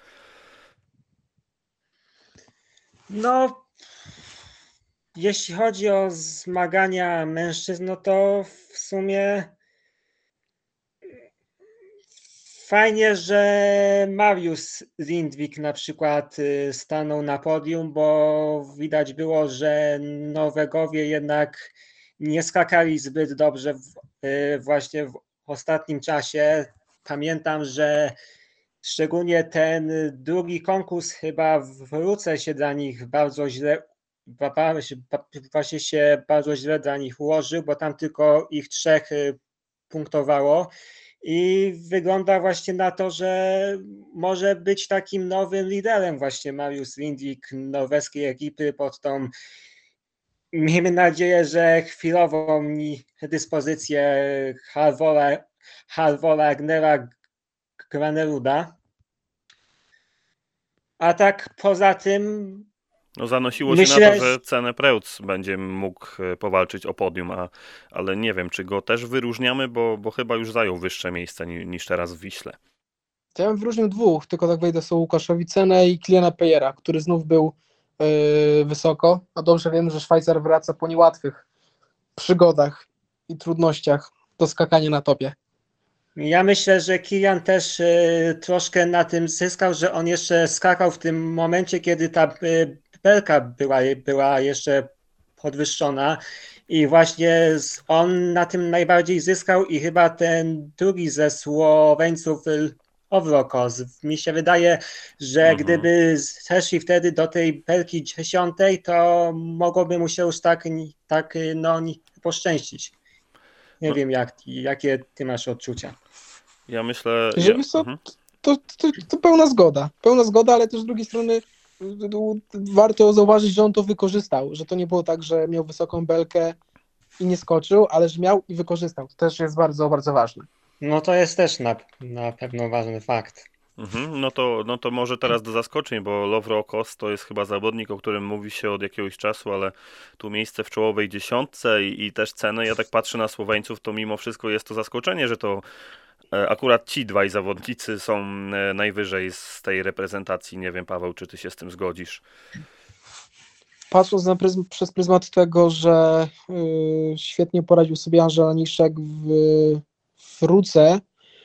No, jeśli chodzi o zmagania mężczyzn, no to w sumie fajnie, że Mariusz Lindvik na przykład y, stanął na podium, bo widać było, że Norwegowie jednak nie skakali zbyt dobrze w, y, właśnie w ostatnim czasie. Pamiętam, że szczególnie ten drugi konkurs chyba w Ruce się dla nich bardzo źle ba- ba- ba- właśnie się bardzo źle dla nich ułożył, bo tam tylko ich trzech y, punktowało. I wygląda właśnie na to, że może być takim nowym liderem właśnie Mariusz Lindvik norweskiej ekipy pod tą, miejmy nadzieję, że chwilową mi- dyspozycję Halvora, Halvora Egnera Graneruda. A tak poza tym No zanosiło się myślę, na to, że że Cenę Preutz będzie mógł e, powalczyć o podium, a, ale nie wiem, czy go też wyróżniamy, bo, bo chyba już zajął wyższe miejsce ni, niż teraz w Wiśle. To ja bym wyróżnił dwóch, tylko tak wejdę sobie Łukaszowi Cenę i Kiliana Pejera, który znów był yy, wysoko, a dobrze wiemy, że Szwajcar wraca po niełatwych przygodach i trudnościach do skakania na topie. ja myślę, że Kilian też y, troszkę na tym zyskał, że on jeszcze skakał w tym momencie, kiedy ta y, belka była, była jeszcze podwyższona i właśnie z- on na tym najbardziej zyskał i chyba ten drugi ze Słoweńców y, Owrokos. Mi się wydaje, że Mhm. gdyby zeszli wtedy do tej belki dziesiątej, to mogłoby mu się już tak, tak y, no, poszczęścić. Nie No. wiem, jak, jakie ty masz odczucia. Ja myślę... Że Ja, wiesz co, mhm. to, to, to pełna zgoda, pełna zgoda, ale też z drugiej strony y, warto zauważyć, że on to wykorzystał, że to nie było tak, że miał wysoką belkę i nie skoczył, ale że miał i wykorzystał. To też jest bardzo, bardzo ważne. No to jest też na, na pewno ważny fakt. Mhm, no to, no to może teraz do zaskoczeń, bo Lovro Kos to jest chyba zawodnik, o którym mówi się od jakiegoś czasu, ale tu miejsce w czołowej dziesiątce i, i też cenę. Ja tak patrzę na Słoweńców, to mimo wszystko jest to zaskoczenie, że to e, akurat ci dwaj zawodnicy są e, najwyżej z tej reprezentacji. Nie wiem, Paweł, czy ty się z tym zgodzisz? Patrząc na pryzm, przez pryzmat tego, że y, świetnie poradził sobie Andrzej Laniszek w, w Ruce,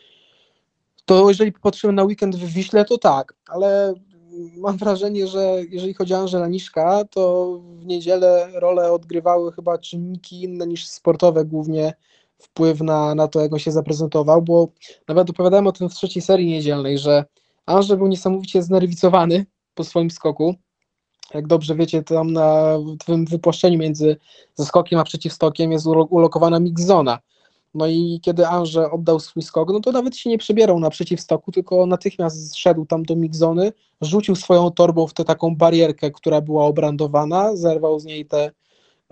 to jeżeli popatrzymy na weekend w Wiśle, to tak, ale mam wrażenie, że jeżeli chodzi o Andrzeja Laniszka, to w niedzielę rolę odgrywały chyba czynniki inne niż sportowe, głównie wpływ na, na to, jak on się zaprezentował, bo nawet opowiadałem o tym w trzeciej serii niedzielnej, że Andrzej był niesamowicie znerwicowany po swoim skoku. Jak dobrze wiecie, tam na tym wypłaszczeniu między zeskokiem a przeciwstokiem jest ulo- ulokowana mixzona. No i kiedy Andrzej oddał swój skok, no to nawet się nie przebierał na przeciwstoku, tylko natychmiast zszedł tam do mixzony, rzucił swoją torbą w tę taką barierkę, która była obrandowana, zerwał z niej te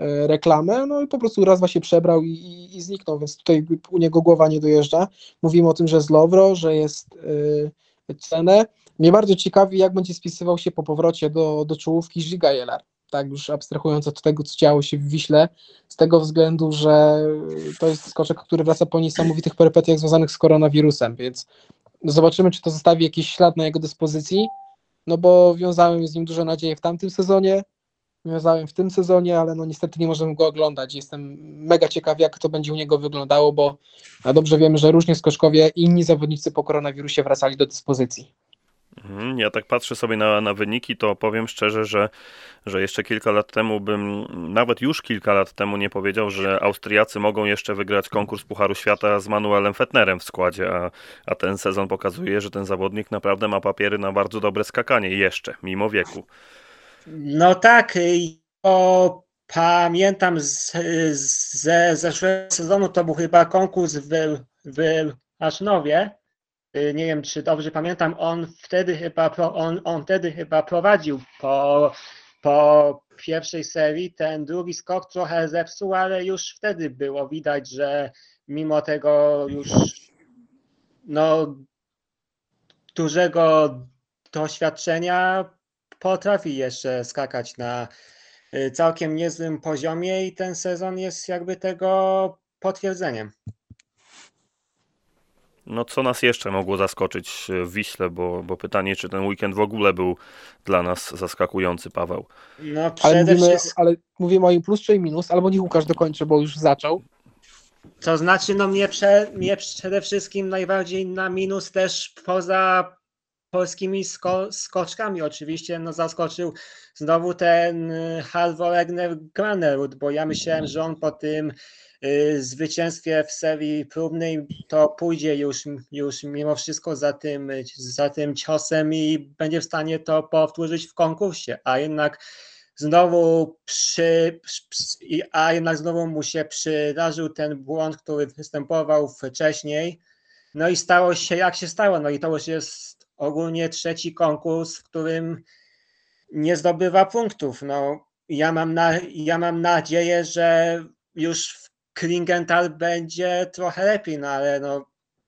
e, reklamę, no i po prostu raz się przebrał i, i, i zniknął, więc tutaj u niego głowa nie dojeżdża. Mówimy o tym, że jest Lowro, że jest e, Cenę. Mnie bardzo ciekawi, jak będzie spisywał się po powrocie do, do czołówki Giga Jelar, tak już abstrahując od tego, co działo się w Wiśle, z tego względu, że to jest skoczek, który wraca po niesamowitych perypetiach związanych z koronawirusem, więc zobaczymy, czy to zostawi jakiś ślad na jego dyspozycji, no bo wiązałem z nim duże nadzieje w tamtym sezonie, wiązałem w tym sezonie, ale no niestety nie możemy go oglądać. Jestem mega ciekaw, jak to będzie u niego wyglądało, bo a dobrze wiemy, że różnie skoczkowie i inni zawodnicy po koronawirusie wracali do dyspozycji. Mhm, ja tak patrzę sobie na, na wyniki, to powiem szczerze, że, że jeszcze kilka lat temu bym, nawet już kilka lat temu nie powiedział, że Austriacy mogą jeszcze wygrać konkurs Pucharu Świata z Manuelem Fettnerem w składzie, a, a ten sezon pokazuje, że ten zawodnik naprawdę ma papiery na bardzo dobre skakanie jeszcze, mimo wieku. No tak, bo pamiętam z, ze zeszłego sezonu, to był chyba konkurs w, w Asznowie. Nie wiem, czy dobrze pamiętam, on wtedy chyba, on, on wtedy chyba prowadził po, po pierwszej serii. Ten drugi skok trochę zepsuł, ale już wtedy było widać, że mimo tego już no, dużego doświadczenia potrafi jeszcze skakać na całkiem niezłym poziomie i ten sezon jest jakby tego potwierdzeniem. No co nas jeszcze mogło zaskoczyć w Wiśle, bo, bo pytanie, czy ten weekend w ogóle był dla nas zaskakujący, Paweł. No Ale przede mówimy, wszystkim, ale mówimy o im plus czy im minus, albo niech Łukasz dokończy, bo już zaczął. to znaczy no mnie, prze, mnie przede wszystkim najbardziej na minus też poza polskimi sko, skoczkami oczywiście no zaskoczył znowu ten Halvor Egner Granerud, bo ja myślałem, że on po tym y, zwycięstwie w serii próbnej to pójdzie już, już mimo wszystko za tym, za tym ciosem i będzie w stanie to powtórzyć w konkursie, a jednak znowu przy, przy, a jednak znowu mu się przydarzył ten błąd, który występował wcześniej. No i stało się jak się stało. No i to już jest ogólnie trzeci konkurs, w którym nie zdobywa punktów. No, ja mam, na, ja mam nadzieję, że już w Klingenthal będzie trochę lepiej, no ale no,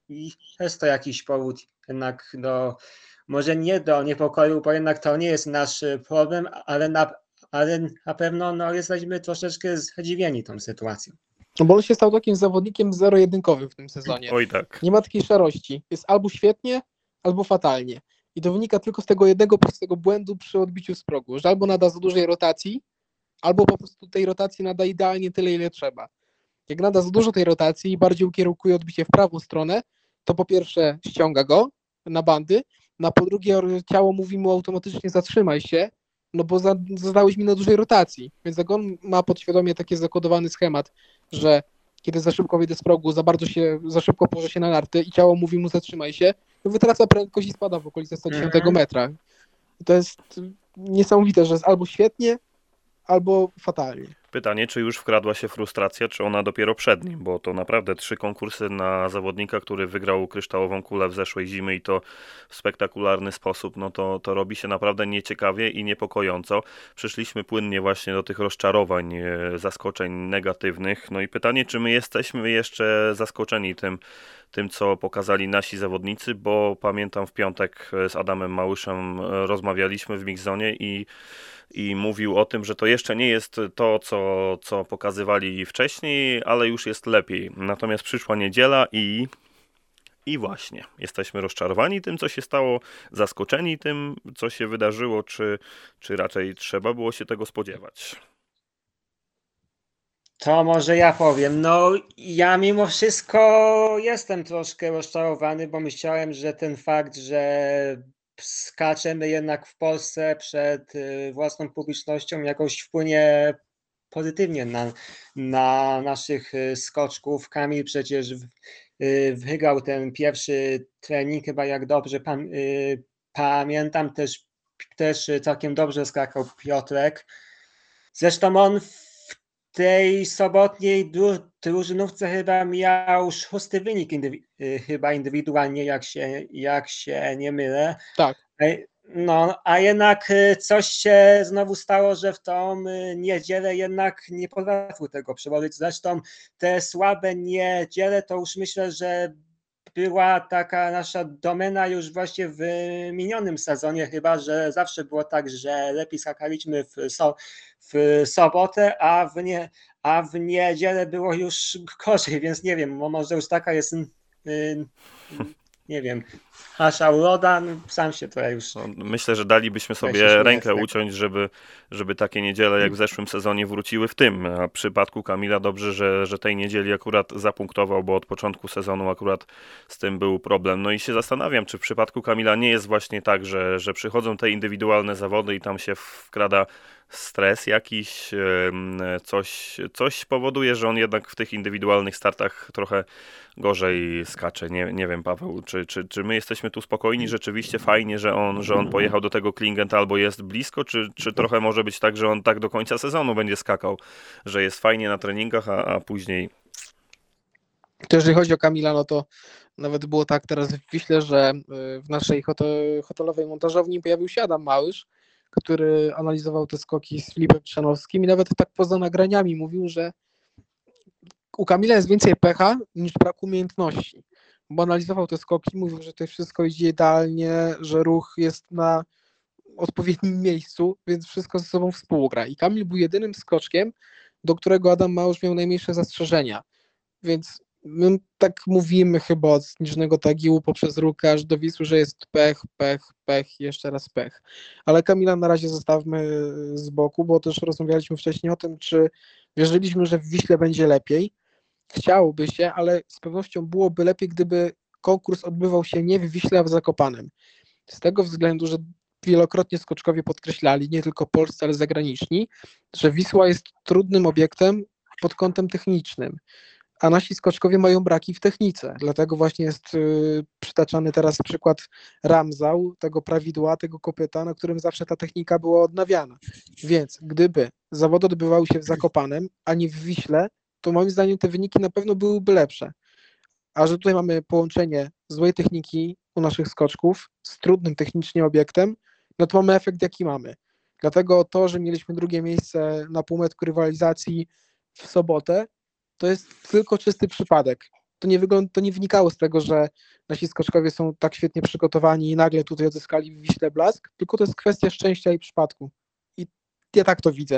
jest to jakiś powód jednak do, może nie do niepokoju, bo jednak to nie jest nasz problem, ale na, ale na pewno no, jesteśmy troszeczkę zdziwieni tą sytuacją. No bo on się stał takim zawodnikiem zero-jedynkowym w tym sezonie. Oj tak. Nie ma takiej szarości. Jest albo świetnie, albo fatalnie. I to wynika tylko z tego jednego prostego błędu przy odbiciu z progu, że albo nada za dużej rotacji, albo po prostu tej rotacji nada idealnie tyle, ile trzeba. Jak nada za dużo tej rotacji i bardziej ukierunkuje odbicie w prawą stronę, to po pierwsze ściąga go na bandy, no a po drugie ciało mówi mu automatycznie zatrzymaj się, no bo zadałeś mi na dużej rotacji. Więc jak on ma podświadomie taki zakodowany schemat, że kiedy za szybko wyjdę z progu, za bardzo się, za szybko położę się na narty i ciało mówi mu zatrzymaj się, to wytraca prędkość i spada w okolice sto dziesiątego metra. I to jest niesamowite, że jest albo świetnie, albo fatalnie. Pytanie, czy już wkradła się frustracja, czy ona dopiero przed nim, bo to naprawdę trzy konkursy na zawodnika, który wygrał kryształową kulę w zeszłej zimy i to w spektakularny sposób, no to, to robi się naprawdę nieciekawie i niepokojąco. Przyszliśmy płynnie właśnie do tych rozczarowań, zaskoczeń negatywnych, no i pytanie, czy my jesteśmy jeszcze zaskoczeni tym, tym, co pokazali nasi zawodnicy, bo pamiętam w piątek z Adamem Małyszem rozmawialiśmy w Mixzonie i i mówił o tym, że to jeszcze nie jest to, co, co pokazywali wcześniej, ale już jest lepiej. Natomiast przyszła niedziela i, i właśnie jesteśmy rozczarowani tym, co się stało, zaskoczeni tym, co się wydarzyło, czy, czy raczej trzeba było się tego spodziewać. To może ja powiem. No, ja mimo wszystko jestem troszkę rozczarowany, bo myślałem, że ten fakt, że skaczemy jednak w Polsce przed własną publicznością jakoś wpłynie pozytywnie na, na naszych skoczków. Kamil przecież wygrał ten pierwszy trening, chyba jak dobrze pam, pamiętam, też, też całkiem dobrze skakał Piotrek. Zresztą on w tej sobotniej drużynówce chyba miał szósty wynik indywi- chyba indywidualnie, jak się, jak się nie mylę. Tak. No, a jednak y, coś się znowu stało, że w tą y, niedzielę jednak nie potrafił tego przełożyć. Zresztą te słabe niedziele to już myślę, że była taka nasza domena już właśnie w minionym sezonie, chyba że zawsze było tak, że lepiej skakaliśmy w, so, w sobotę, a w, nie, a w niedzielę było już gorzej, więc nie wiem, może już taka jest, y, nie wiem, nasza uroda, no, sam się to już... No, myślę, że dalibyśmy się sobie śmieję z rękę tego. uciąć, żeby, żeby takie niedziele jak w zeszłym sezonie wróciły w tym. A w przypadku Kamila dobrze, że, że tej niedzieli akurat zapunktował, bo od początku sezonu akurat z tym był problem. No i się zastanawiam, czy w przypadku Kamila nie jest właśnie tak, że, że przychodzą te indywidualne zawody i tam się wkrada stres jakiś, em, coś, coś powoduje, że on jednak w tych indywidualnych startach trochę gorzej skacze. Nie, nie wiem, Paweł, czy, czy, czy my jesteśmy tu spokojni, rzeczywiście fajnie, że on, że on pojechał do tego Klingenta albo jest blisko, czy, czy trochę może być tak, że on tak do końca sezonu będzie skakał, że jest fajnie na treningach, a, a później... To jeżeli chodzi o Kamila, no to nawet było tak teraz w Wiśle, że y, w naszej hote- hotelowej montażowni pojawił się Adam Małysz, który analizował te skoki z Filipem Trzanowskim i nawet tak poza nagraniami mówił, że u Kamila jest więcej pecha niż brak umiejętności, bo analizował te skoki, mówił, że to wszystko idzie idealnie, że ruch jest na odpowiednim miejscu, więc wszystko ze sobą współgra. I Kamil był jedynym skoczkiem, do którego Adam Małysz miał najmniejsze zastrzeżenia. Więc my tak mówimy chyba od Niżnego Tagiłu poprzez Rukę aż do Wisły, że jest pech, pech, pech i jeszcze raz pech. Ale Kamila na razie zostawmy z boku, bo też rozmawialiśmy wcześniej o tym, czy wierzyliśmy, że w Wiśle będzie lepiej. Chciałoby się, ale z pewnością byłoby lepiej, gdyby konkurs odbywał się nie w Wiśle, a w Zakopanem. Z tego względu, że wielokrotnie skoczkowie podkreślali, nie tylko polscy, ale zagraniczni, że Wisła jest trudnym obiektem pod kątem technicznym, a nasi skoczkowie mają braki w technice. Dlatego właśnie jest y, przytaczany teraz przykład Ramsau, tego prawidła, tego kopyta, na którym zawsze ta technika była odnawiana. Więc gdyby zawody odbywały się w Zakopanem, a nie w Wiśle, to moim zdaniem te wyniki na pewno byłyby lepsze. A że tutaj mamy połączenie złej techniki u naszych skoczków z trudnym technicznie obiektem, no to mamy efekt, jaki mamy. Dlatego to, że mieliśmy drugie miejsce na półmetku rywalizacji w sobotę, to jest tylko czysty przypadek. To nie, wygląda, to nie wynikało z tego, że nasi skoczkowie są tak świetnie przygotowani i nagle tutaj odzyskali w Wiśle blask, tylko to jest kwestia szczęścia i przypadku. I ja tak to widzę.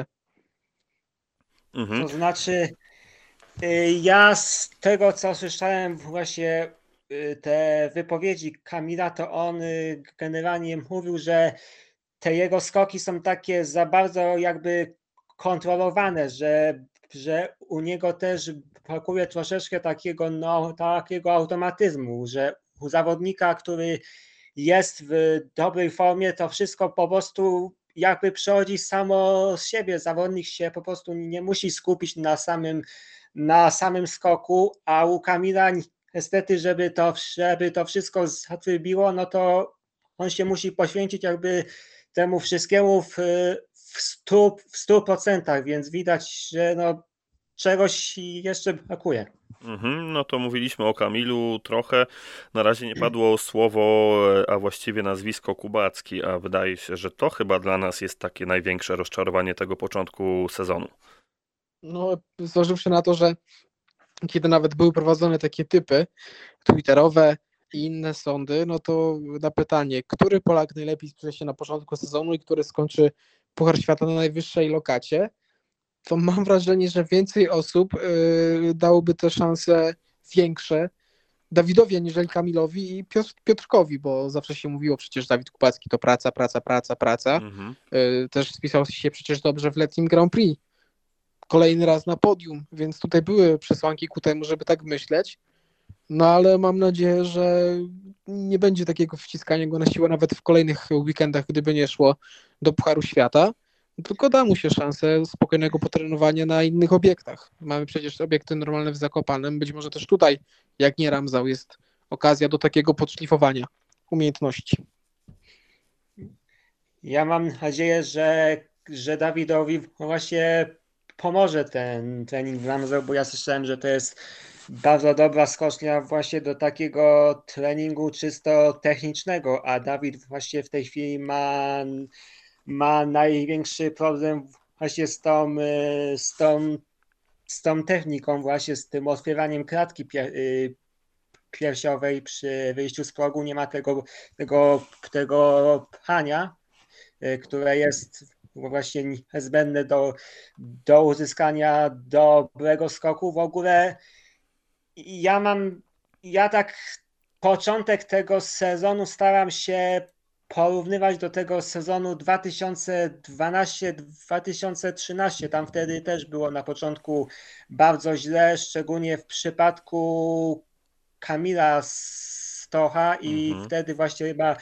Mhm. To znaczy, y, ja z tego, co słyszałem właśnie y, te wypowiedzi Kamila, to on y, generalnie mówił, że te jego skoki są takie za bardzo jakby kontrolowane, że, że u niego też brakuje troszeczkę takiego, no, takiego automatyzmu, że u zawodnika, który jest w dobrej formie, to wszystko po prostu jakby przychodzi samo z siebie. Zawodnik się po prostu nie musi skupić na samym, na samym skoku, a u Kamila niestety, żeby to, żeby to wszystko zatrybiło, no to on się musi poświęcić jakby temu wszystkiemu w, w, stu, w stu procentach, więc widać, że no, czegoś jeszcze brakuje. Mhm, no to mówiliśmy o Kamilu trochę. Na razie nie padło słowo, a właściwie nazwisko Kubacki, a wydaje się, że to chyba dla nas jest takie największe rozczarowanie tego początku sezonu. No, zważywszy na to, że kiedy nawet były prowadzone takie typy twitterowe i inne sądy, no to na pytanie, który Polak najlepiej sprzeże się na początku sezonu i który skończy Puchar Świata na najwyższej lokacie, to mam wrażenie, że więcej osób yy, dałoby te szanse większe Dawidowi aniżeli Kamilowi i Piotr, Piotrkowi, bo zawsze się mówiło przecież Dawid Kubacki to praca, praca, praca, praca. Mhm. Yy, też spisał się przecież dobrze w letnim Grand Prix. Kolejny raz na podium, więc tutaj były przesłanki ku temu, żeby tak myśleć. No ale mam nadzieję, że nie będzie takiego wciskania go na siłę nawet w kolejnych weekendach, gdyby nie szło do Pucharu Świata, tylko da mu się szansę spokojnego potrenowania na innych obiektach. Mamy przecież obiekty normalne w Zakopanem, być może też tutaj, jak nie Ramsau, jest okazja do takiego podszlifowania umiejętności. Ja mam nadzieję, że, że Dawidowi właśnie pomoże ten trening w Ramsau, bo ja słyszałem, że to jest bardzo dobra skocznia właśnie do takiego treningu czysto technicznego, a Dawid właśnie w tej chwili ma, ma największy problem właśnie z tą, y, z tą, z tą techniką, właśnie z tym otwieraniem klatki pier, y, piersiowej przy wyjściu z progu. Nie ma tego, tego, tego pchania, y, które jest właśnie niezbędne do, do uzyskania dobrego skoku. W ogóle ja mam, ja tak początek tego sezonu staram się porównywać do tego sezonu dwa tysiące dwanaście dwa tysiące trzynaście. Tam wtedy też było na początku bardzo źle, szczególnie w przypadku Kamila Stocha i Mhm. wtedy właśnie chyba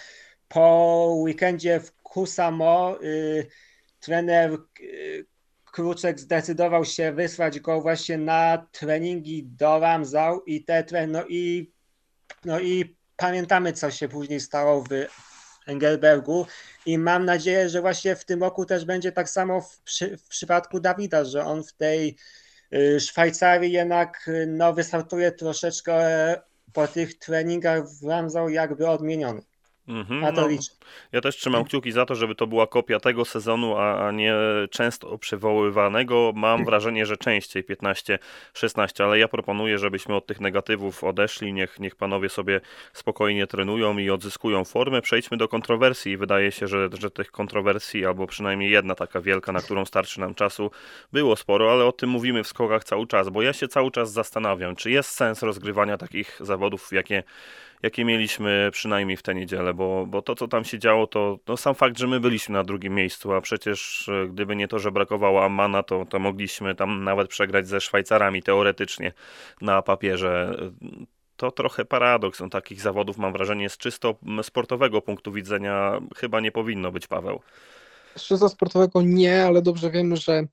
po weekendzie w Kusamo y, trener y, Kruczek zdecydował się wysłać go właśnie na treningi do Ramsau i te tre- no i, no i pamiętamy, co się później stało w Engelbergu i mam nadzieję, że właśnie w tym roku też będzie tak samo w, przy, w przypadku Dawida, że on w tej y, Szwajcarii jednak y, no, wystartuje troszeczkę po tych treningach w Ramsau jakby odmieniony. Mhm, A to no, liczę. ja też trzymam kciuki za to, żeby to była kopia tego sezonu, a, a nie często przywoływanego. Mam wrażenie, że częściej piętnaście szesnaście, ale ja proponuję, żebyśmy od tych negatywów odeszli. Niech, niech panowie sobie spokojnie trenują i odzyskują formę. Przejdźmy do kontrowersji. Wydaje się, że, że tych kontrowersji, albo przynajmniej jedna taka wielka, na którą starczy nam czasu, było sporo, ale o tym mówimy w skokach cały czas, bo ja się cały czas zastanawiam, czy jest sens rozgrywania takich zawodów, jakie jakie mieliśmy przynajmniej w tę niedzielę, bo, bo to, co tam się działo, to no sam fakt, że my byliśmy na drugim miejscu, a przecież e, gdyby nie to, że brakowało Ammana, to, to mogliśmy tam nawet przegrać ze Szwajcarami, teoretycznie, na papierze. To trochę paradoks. No, takich zawodów, mam wrażenie, z czysto sportowego punktu widzenia chyba nie powinno być, Paweł. Z czysto sportowego nie, ale dobrze wiemy, że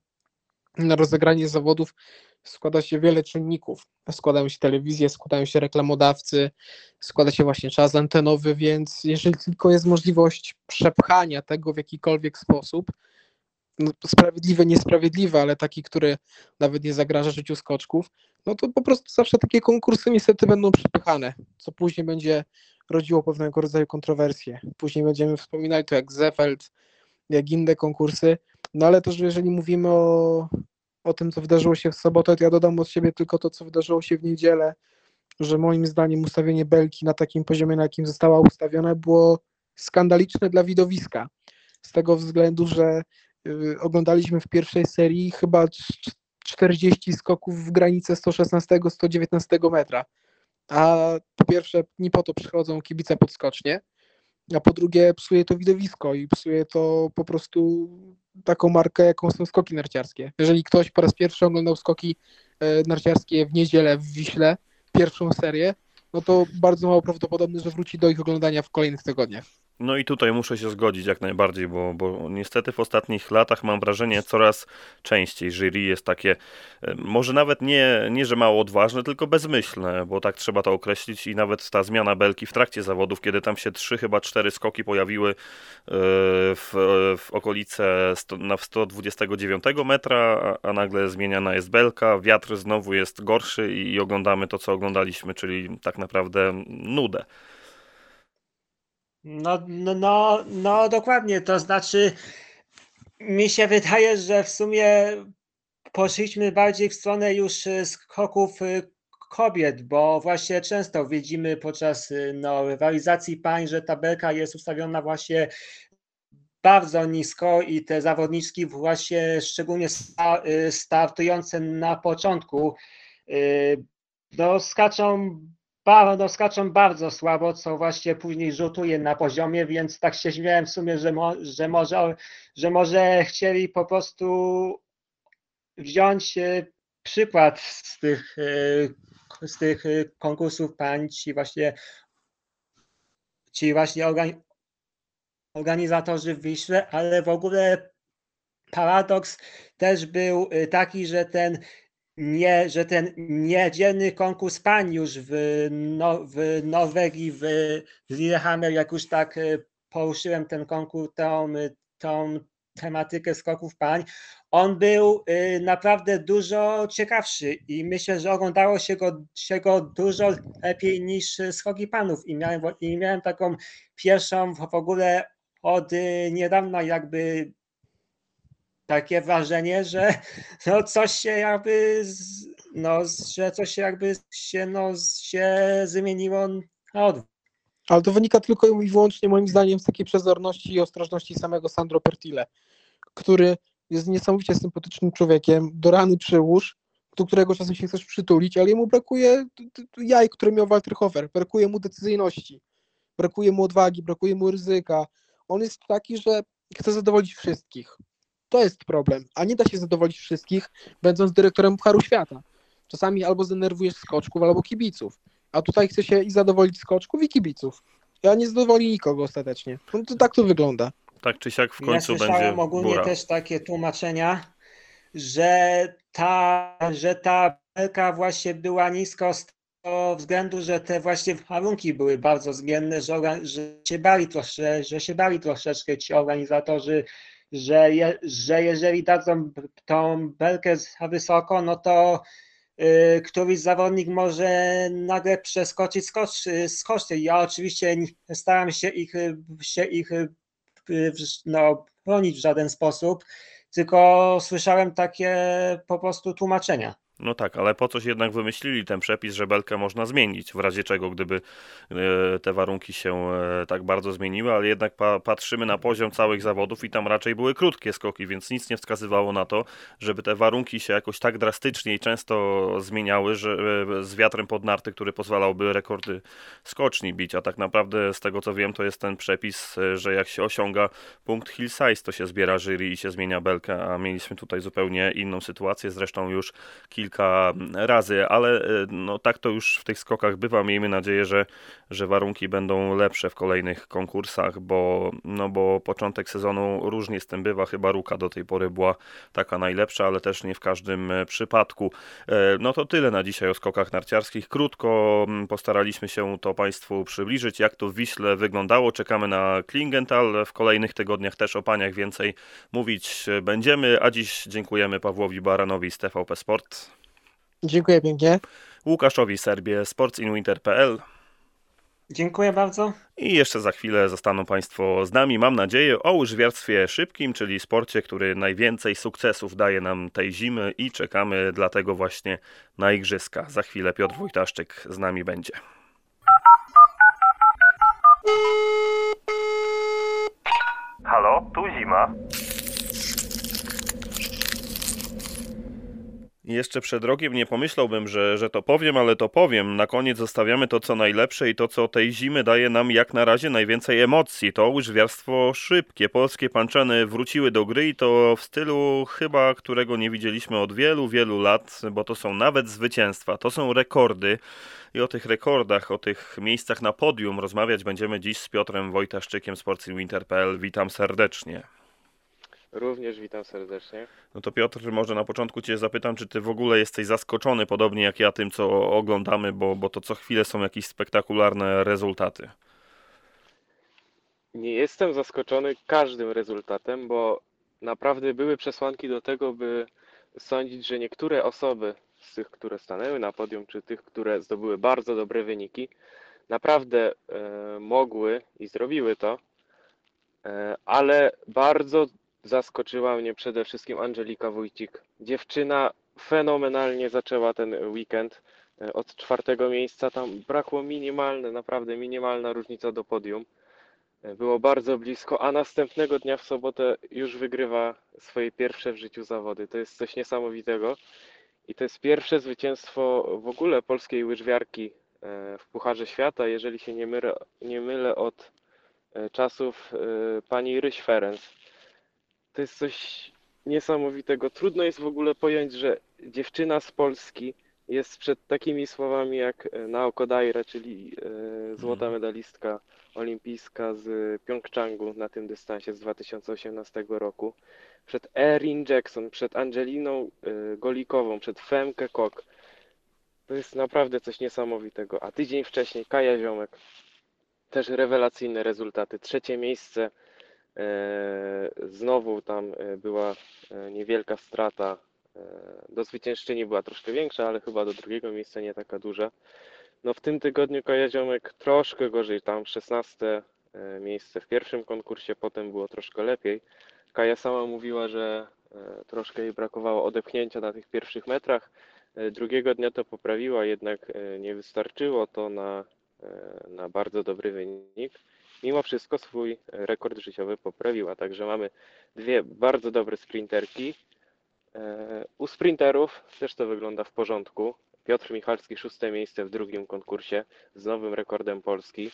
na rozegranie zawodów składa się wiele czynników. Składają się telewizje, składają się reklamodawcy, składa się właśnie czas antenowy, więc jeżeli tylko jest możliwość przepchania tego w jakikolwiek sposób, no, sprawiedliwy, niesprawiedliwy, ale taki, który nawet nie zagraża życiu skoczków, no to po prostu zawsze takie konkursy niestety będą przepychane, co później będzie rodziło pewnego rodzaju kontrowersje. Później będziemy wspominali to jak Zefeld, jak inne konkursy, no ale też jeżeli mówimy o, o tym, co wydarzyło się w sobotę, to ja dodam od siebie tylko to, co wydarzyło się w niedzielę, że moim zdaniem ustawienie belki na takim poziomie, na jakim została ustawiona, było skandaliczne dla widowiska. Z tego względu, że y, oglądaliśmy w pierwszej serii chyba czterdzieści skoków w granicę sto szesnaście sto dziewiętnaście metra. A po pierwsze, nie po to przychodzą kibice podskocznie, a po drugie psuje to widowisko i psuje to po prostu taką markę, jaką są skoki narciarskie. Jeżeli ktoś po raz pierwszy oglądał skoki narciarskie w niedzielę w Wiśle, pierwszą serię, no to bardzo mało prawdopodobne, że wróci do ich oglądania w kolejnych tygodniach. No i tutaj muszę się zgodzić jak najbardziej, bo, bo niestety w ostatnich latach mam wrażenie coraz częściej jury jest takie, może nawet nie, nie że mało odważne, tylko bezmyślne, bo tak trzeba to określić i nawet ta zmiana belki w trakcie zawodów, kiedy tam się trzy, chyba cztery skoki pojawiły w, w okolice sto, na sto dwudziestego dziewiątego metra, a, a nagle zmieniana jest belka, wiatr znowu jest gorszy i, i oglądamy to, co oglądaliśmy, czyli tak naprawdę nudę. No, no, no, no dokładnie, to znaczy mi się wydaje, że w sumie poszliśmy bardziej w stronę już skoków kobiet, bo właśnie często widzimy podczas no, rywalizacji pań, że tabelka jest ustawiona właśnie bardzo nisko i te zawodniczki właśnie szczególnie startujące na początku no, skaczą no, skaczą bardzo słabo, co właśnie później rzutuje na poziomie, więc tak się śmiałem w sumie, że, mo, że, może, że może chcieli po prostu wziąć przykład z tych, z tych konkursów pań, ci właśnie, ci właśnie organizatorzy w Wiśle, ale w ogóle paradoks też był taki, że ten Nie, że ten niedzielny konkurs pań już w, no, w Norwegii, w Lillehammer, jak już tak poruszyłem ten konkurs, tą, tą tematykę skoków pań, on był y, naprawdę dużo ciekawszy i myślę, że oglądało się go, się go dużo lepiej niż skoki panów i miałem, i miałem taką pierwszą w ogóle od y, niedawna jakby takie wrażenie, że no coś się jakby z, no, że coś się jakby się, no, się zmieniło na odwrót. Ale to wynika tylko i wyłącznie moim zdaniem z takiej przezorności i ostrożności samego Sandro Pertile, który jest niesamowicie sympatycznym człowiekiem, do rany przyłóż, do którego czasem się chcesz przytulić, ale jemu brakuje jaj, które miał Walter Hofer, brakuje mu decyzyjności, brakuje mu odwagi, brakuje mu ryzyka. On jest taki, że chce zadowolić wszystkich. To jest problem, a nie da się zadowolić wszystkich, będąc dyrektorem Pucharu Świata. Czasami albo zdenerwujesz skoczków, albo kibiców, a tutaj chce się i zadowolić skoczków, i kibiców. A nie zadowoli nikogo ostatecznie. No to tak to wygląda. Tak czy siak w Ja końcu słyszałem będzie ogólnie bura. też takie tłumaczenia, że ta, że ta belka właśnie była nisko z tego względu, że te właśnie warunki były bardzo zmienne, że, organ- że, się, bali trosze, że się bali troszeczkę ci organizatorzy, że, je, że jeżeli dadzą b- tą belkę za wysoko, no to y, któryś zawodnik może nagle przeskoczyć skocz, skocznie. Ja oczywiście nie staram się ich, y, się ich y, y, w- no, bronić w żaden sposób, tylko słyszałem takie po prostu tłumaczenia. No tak, ale po coś jednak wymyślili ten przepis, że belkę można zmienić, w razie czego, gdyby e, te warunki się e, tak bardzo zmieniły, ale jednak pa, patrzymy na poziom całych zawodów i tam raczej były krótkie skoki, więc nic nie wskazywało na to, żeby te warunki się jakoś tak drastycznie i często zmieniały, że e, z wiatrem pod narty, który pozwalałby rekordy skoczni bić, a tak naprawdę z tego co wiem, to jest ten przepis, e, że jak się osiąga punkt hill size, to się zbiera jury i się zmienia belkę, a mieliśmy tutaj zupełnie inną sytuację, zresztą już kilka razy, ale no tak to już w tych skokach bywa. Miejmy nadzieję, że, że warunki będą lepsze w kolejnych konkursach, bo, no bo początek sezonu różnie z tym bywa. Chyba Ruka do tej pory była taka najlepsza, ale też nie w każdym przypadku. No to tyle na dzisiaj o skokach narciarskich. Krótko postaraliśmy się to Państwu przybliżyć, jak to w Wiśle wyglądało. Czekamy na Klingenthal. W kolejnych tygodniach też o paniach więcej mówić będziemy, a dziś dziękujemy Pawłowi Baranowi z T V P Sport. Dziękuję pięknie. Łukaszowi Serbie, sportsinwinter kropka p l Dziękuję bardzo. i jeszcze za chwilę zostaną Państwo z nami, mam nadzieję, o łyżwiarstwie szybkim, czyli sporcie, który najwięcej sukcesów daje nam tej zimy i czekamy dlatego właśnie na igrzyska. Za chwilę Piotr Wojtaszczyk z nami będzie. Halo, tu zima. Jeszcze przed rokiem nie pomyślałbym, że, że to powiem, ale to powiem. Na koniec zostawiamy to, co najlepsze i to, co tej zimy daje nam jak na razie najwięcej emocji. To łyżwiarstwo szybkie. Polskie panczany wróciły do gry i to w stylu chyba, którego nie widzieliśmy od wielu, wielu lat, bo to są nawet zwycięstwa, to są rekordy. I o tych rekordach, o tych miejscach na podium rozmawiać będziemy dziś z Piotrem Wojtaszczykiem, sportsinwinter kropka p l. Witam serdecznie. Również witam serdecznie. No to Piotr, może na początku Cię zapytam, czy Ty w ogóle jesteś zaskoczony, podobnie jak ja, tym, co oglądamy, bo, bo to co chwilę są jakieś spektakularne rezultaty. Nie jestem zaskoczony każdym rezultatem, bo naprawdę były przesłanki do tego, by sądzić, że niektóre osoby z tych, które stanęły na podium, czy tych, które zdobyły bardzo dobre wyniki, naprawdę e, mogły i zrobiły to, e, ale bardzo zaskoczyła mnie przede wszystkim Angelika Wójcik. Dziewczyna fenomenalnie zaczęła ten weekend. E, Od czwartego miejsca tam brakło minimalne, naprawdę minimalna różnica do podium. E, Było bardzo blisko, a następnego dnia w sobotę już wygrywa swoje pierwsze w życiu zawody. To jest coś niesamowitego. I to jest pierwsze zwycięstwo w ogóle polskiej łyżwiarki e, w Pucharze Świata, jeżeli się nie mylę, nie mylę od e, czasów e, pani Ryś Ferenc. To jest coś niesamowitego. Trudno jest w ogóle pojąć, że dziewczyna z Polski jest przed takimi słowami jak Naoko Daira, czyli e, złota medalistka olimpijska z Pjongczangu na tym dystansie z dwa tysiące osiemnastego roku. Przed Erin Jackson, przed Angeliną e, Golikową, przed Femke Kok. To jest naprawdę coś niesamowitego. A tydzień wcześniej Kaja Ziomek. Też rewelacyjne rezultaty. Trzecie miejsce Znowu tam była niewielka strata. Do zwyciężczyni była troszkę większa, ale chyba do drugiego miejsca nie taka duża. No w tym tygodniu Kaja Ziomek troszkę gorzej, tam szesnaste miejsce w pierwszym konkursie, potem było troszkę lepiej. Kaja sama mówiła, że troszkę jej brakowało odepchnięcia na tych pierwszych metrach. Drugiego dnia to poprawiła, jednak nie wystarczyło to na, na bardzo dobry wynik. Mimo wszystko swój rekord życiowy poprawiła, także mamy dwie bardzo dobre sprinterki. U sprinterów też to wygląda w porządku. Piotr Michalski szóste miejsce w drugim konkursie z nowym rekordem Polski.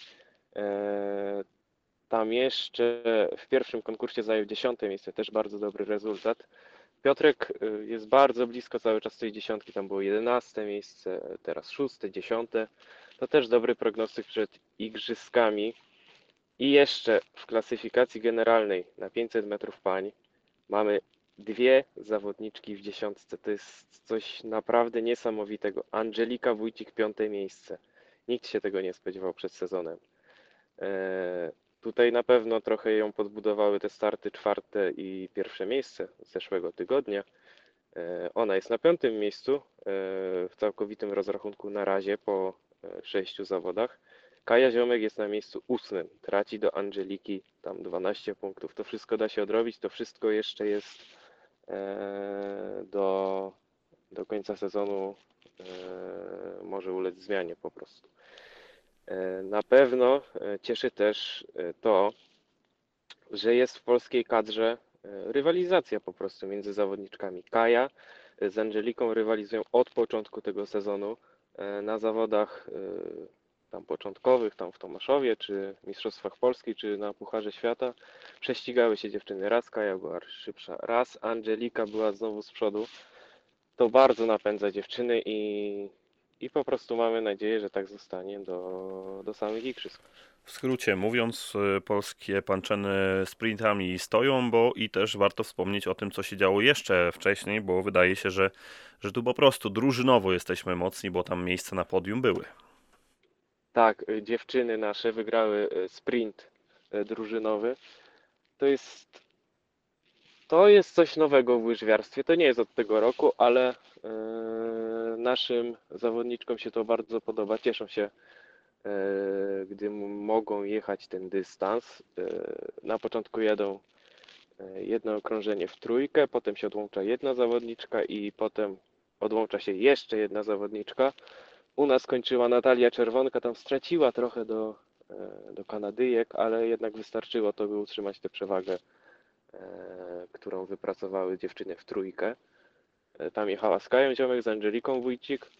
Tam jeszcze w pierwszym konkursie zajął dziesiąte miejsce, też bardzo dobry rezultat. Piotrek jest bardzo blisko cały czas tej dziesiątki, tam było jedenaste miejsce, teraz szóste, dziesiąte. To też dobry prognostyk przed igrzyskami. I jeszcze w klasyfikacji generalnej na pięćset metrów pań mamy dwie zawodniczki w dziesiątce. To jest coś naprawdę niesamowitego. Angelika Wójcik, piąte miejsce. Nikt się tego nie spodziewał przed sezonem. Eee, tutaj na pewno trochę ją podbudowały te starty czwarte i pierwsze miejsce z zeszłego tygodnia. Eee, ona jest na piątym miejscu eee, w całkowitym rozrachunku na razie po e, sześciu zawodach. Kaja Ziomek jest na miejscu ósmym, traci do Angeliki tam dwanaście punktów. To wszystko da się odrobić, to wszystko jeszcze jest e, do, do końca sezonu e, może ulec zmianie po prostu. E, na pewno cieszy też to, że jest w polskiej kadrze rywalizacja po prostu między zawodniczkami. Kaja z Angeliką rywalizują od początku tego sezonu na zawodach tam początkowych, tam w Tomaszowie, czy Mistrzostwach Polski, czy na Pucharze Świata. Prześcigały się dziewczyny, raz Kaja była szybsza, raz Angelika była znowu z przodu. To bardzo napędza dziewczyny i, i po prostu mamy nadzieję, że tak zostanie do, do samych igrzysk. W skrócie mówiąc, polskie panczeny sprintami stoją, bo i też warto wspomnieć o tym, co się działo jeszcze wcześniej, bo wydaje się, że, że tu po prostu drużynowo jesteśmy mocni, bo tam miejsca na podium były. Tak, dziewczyny nasze wygrały sprint drużynowy. To jest, to jest coś nowego w łyżwiarstwie. To nie jest od tego roku, ale yy, naszym zawodniczkom się to bardzo podoba. Cieszą się, yy, gdy mogą jechać ten dystans. Yy, na początku jadą jedno okrążenie w trójkę, potem się odłącza jedna zawodniczka i potem odłącza się jeszcze jedna zawodniczka. U nas kończyła Natalia Czerwonka, tam straciła trochę do, do Kanadyjek, ale jednak wystarczyło to, by utrzymać tę przewagę, którą wypracowały dziewczyny w trójkę. Tam jechała z Kają Ziomek, z Angeliką Wójcik.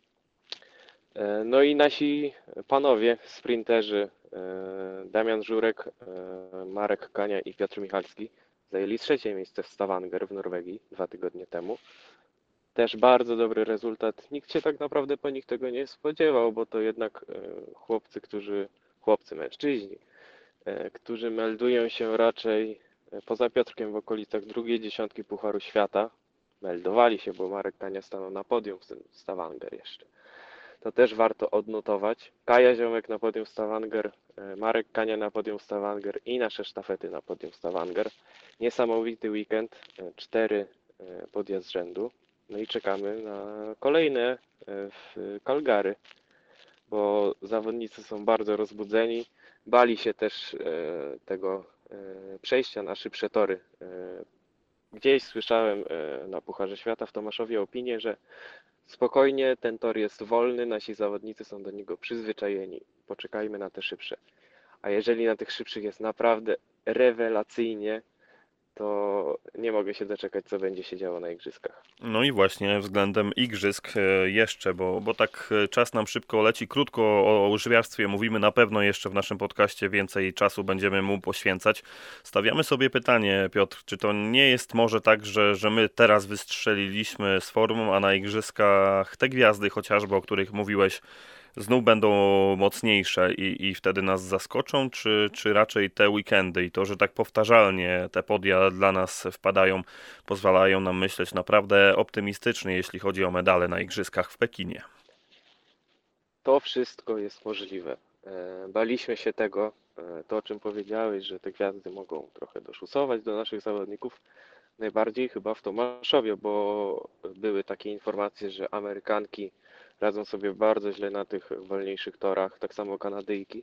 No i nasi panowie, sprinterzy Damian Żurek, Marek Kania i Piotr Michalski zajęli trzecie miejsce w Stavanger w Norwegii dwa tygodnie temu. Też bardzo dobry rezultat. Nikt się tak naprawdę po nich tego nie spodziewał, bo to jednak chłopcy, którzy, chłopcy, mężczyźni, którzy meldują się raczej poza Piotrkiem w okolicach drugiej dziesiątki Pucharu Świata. Meldowali się, bo Marek Kania stanął na podium w tym Stavanger jeszcze. To też warto odnotować. Kaja Ziomek na podium Stavanger, Marek Kania na podium Stavanger i nasze sztafety na podium Stavanger. Niesamowity weekend, cztery podia z rzędu. No i czekamy na kolejne w Calgary, bo zawodnicy są bardzo rozbudzeni. Bali się też tego przejścia na szybsze tory. Gdzieś słyszałem na Pucharze Świata w Tomaszowie opinię, że spokojnie, ten tor jest wolny, nasi zawodnicy są do niego przyzwyczajeni. Poczekajmy na te szybsze. A jeżeli na tych szybszych jest naprawdę rewelacyjnie, to nie mogę się doczekać, co będzie się działo na igrzyskach. No i właśnie względem igrzysk jeszcze, bo, bo tak czas nam szybko leci. Krótko o łyżwiarstwie mówimy, na pewno jeszcze w naszym podcaście więcej czasu będziemy mu poświęcać. Stawiamy sobie pytanie, Piotr, czy to nie jest może tak, że, że my teraz wystrzeliliśmy z formą, a na igrzyskach te gwiazdy chociażby, o których mówiłeś, znów będą mocniejsze i, i wtedy nas zaskoczą, czy, czy raczej te weekendy i to, że tak powtarzalnie te podia dla nas wpadają, pozwalają nam myśleć naprawdę optymistycznie, jeśli chodzi o medale na igrzyskach w Pekinie? To wszystko jest możliwe. E, Baliśmy się tego, e, to o czym powiedziałeś, że te gwiazdy mogą trochę doszusować do naszych zawodników. Najbardziej chyba w Tomaszowie, bo były takie informacje, że Amerykanki radzą sobie bardzo źle na tych wolniejszych torach, tak samo Kanadyjki.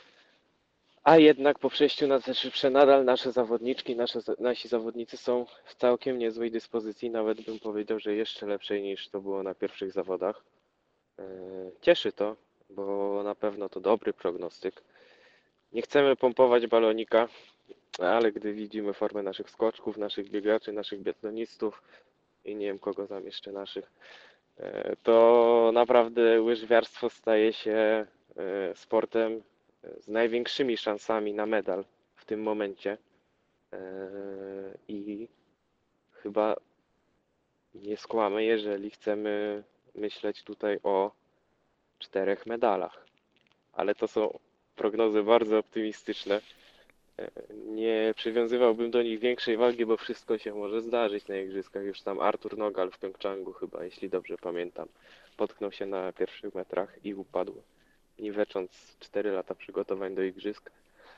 A jednak po przejściu na te szybsze nadal nasze zawodniczki, nasze, nasi zawodnicy są w całkiem niezłej dyspozycji, nawet bym powiedział, że jeszcze lepszej niż to było na pierwszych zawodach. E, Cieszy to, bo na pewno to dobry prognostyk. Nie chcemy pompować balonika, ale gdy widzimy formę naszych skoczków, naszych biegaczy, naszych biatlonistów i nie wiem kogo tam jeszcze naszych, e, to naprawdę łyżwiarstwo staje się e, sportem e, z największymi szansami na medal w tym momencie. E, I chyba nie skłamę, jeżeli chcemy myśleć tutaj o czterech medalach. Ale to są prognozy bardzo optymistyczne. E, Nie przywiązywałbym do nich większej wagi, bo wszystko się może zdarzyć na igrzyskach. Już tam Artur Nogal w Pjongczangu chyba, jeśli dobrze pamiętam, potknął się na pierwszych metrach i upadł, niwecząc cztery lata przygotowań do igrzysk.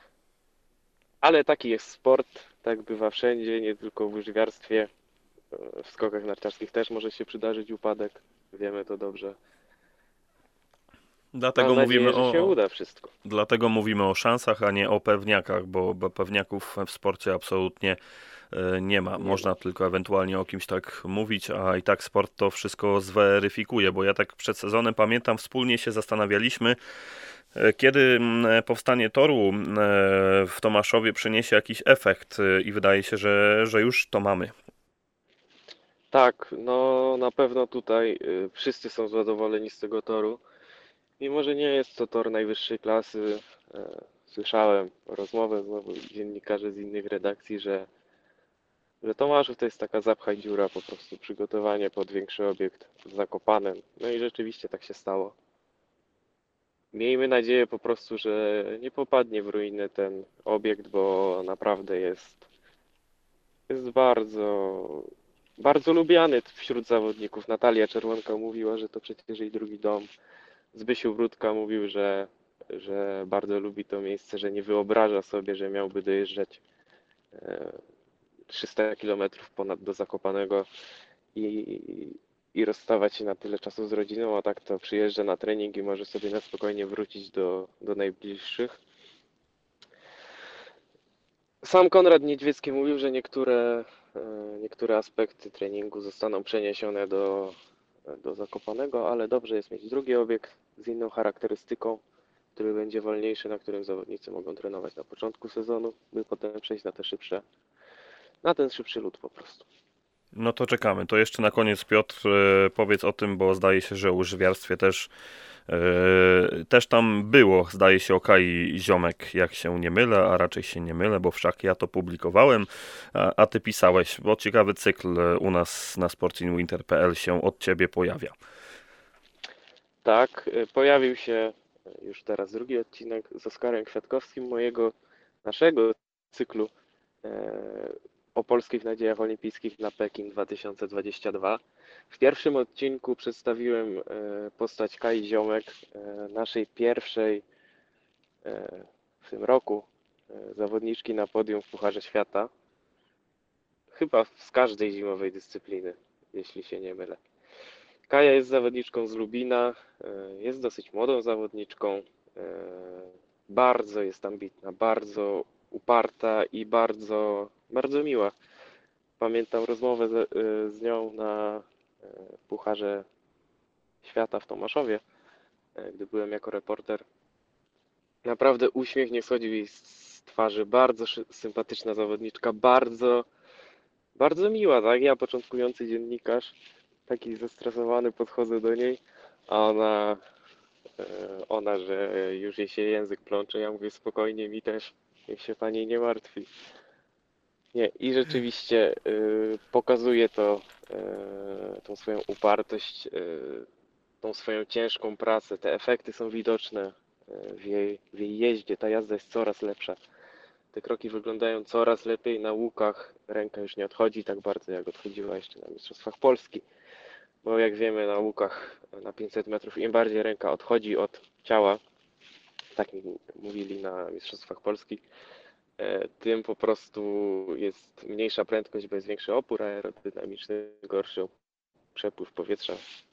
Ale taki jest sport, tak bywa wszędzie, nie tylko w łyżwiarstwie. E, W skokach narciarskich też może się przydarzyć upadek, wiemy to dobrze. Dlatego Mam nadzieję, mówimy że się o, uda wszystko. dlatego mówimy o szansach, a nie o pewniakach, bo, bo pewniaków w sporcie absolutnie e, nie ma. Nie Można tylko ewentualnie o kimś tak mówić, a i tak sport to wszystko zweryfikuje, bo ja tak przed sezonem pamiętam, wspólnie się zastanawialiśmy, e, kiedy mm, powstanie toru mm, e, w Tomaszowie przyniesie jakiś efekt e, i wydaje się, że, że już to mamy. Tak, no na pewno tutaj y, wszyscy są zadowoleni z tego toru. Mimo, że nie jest to tor najwyższej klasy, e, słyszałem rozmowę znowu dziennikarzy z innych redakcji, że, że Tomaszów to jest taka zapchaj dziura, po prostu przygotowanie pod większy obiekt z Zakopanem. No i rzeczywiście tak się stało. Miejmy nadzieję po prostu, że nie popadnie w ruinę ten obiekt, bo naprawdę jest, jest bardzo, bardzo lubiany wśród zawodników. Natalia Czerwonka mówiła, że to przecież jej drugi dom. Zbysiu Wródka mówił, że, że bardzo lubi to miejsce, że nie wyobraża sobie, że miałby dojeżdżać e, trzysta kilometrów ponad do Zakopanego i, i rozstawać się na tyle czasu z rodziną, a tak to przyjeżdża na trening i może sobie na spokojnie wrócić do, do najbliższych. Sam Konrad Niedźwiecki mówił, że niektóre, e, niektóre aspekty treningu zostaną przeniesione do, do Zakopanego, ale dobrze jest mieć drugi obiekt z inną charakterystyką, który będzie wolniejszy, na którym zawodnicy mogą trenować na początku sezonu, by potem przejść na te szybsze, na ten szybszy lód po prostu. No to czekamy. To jeszcze na koniec, Piotr, e, powiedz o tym, bo zdaje się, że o łyżwiarstwie też, e, też tam było, zdaje się, o Kai Ziomek, jak się nie mylę, a raczej się nie mylę, bo wszak ja to publikowałem, a, a ty pisałeś, bo ciekawy cykl u nas na sportinwinter kropka p l się od ciebie pojawia. Tak, y, pojawił się już teraz drugi odcinek z Oskarem Kwiatkowskim mojego, naszego cyklu e, o polskich nadziejach olimpijskich na Pekin dwa tysiące dwadzieścia dwa. W pierwszym odcinku przedstawiłem e, postać Kai Ziomek, e, naszej pierwszej e, w tym roku e, zawodniczki na podium w Pucharze Świata. Chyba z każdej zimowej dyscypliny, jeśli się nie mylę. Kaja jest zawodniczką z Lubina, e, jest dosyć młodą zawodniczką, e, bardzo jest ambitna, bardzo uparta i bardzo, bardzo miła. Pamiętam rozmowę z, e, z nią na e, Pucharze Świata w Tomaszowie, e, gdy byłem jako reporter. Naprawdę uśmiech nie schodził jej z twarzy, bardzo szy- sympatyczna zawodniczka, bardzo, bardzo miła, tak? Ja, początkujący dziennikarz, taki zestresowany, podchodzę do niej, a ona, e, ona, że już jej się język plącze. Ja mówię, spokojnie, mi też, niech się pani nie martwi. Nie, i rzeczywiście y, pokazuje to, y, tą swoją upartość, y, tą swoją ciężką pracę. Te efekty są widoczne y, w jej, w jej jeździe. Ta jazda jest coraz lepsza. Te kroki wyglądają coraz lepiej na łukach. Ręka już nie odchodzi tak bardzo, jak odchodziła jeszcze na Mistrzostwach Polski. Bo jak wiemy, na łukach na pięćset metrów im bardziej ręka odchodzi od ciała, tak mówili na Mistrzostwach Polski, tym po prostu jest mniejsza prędkość, bo jest większy opór aerodynamiczny, gorszy przepływ powietrza.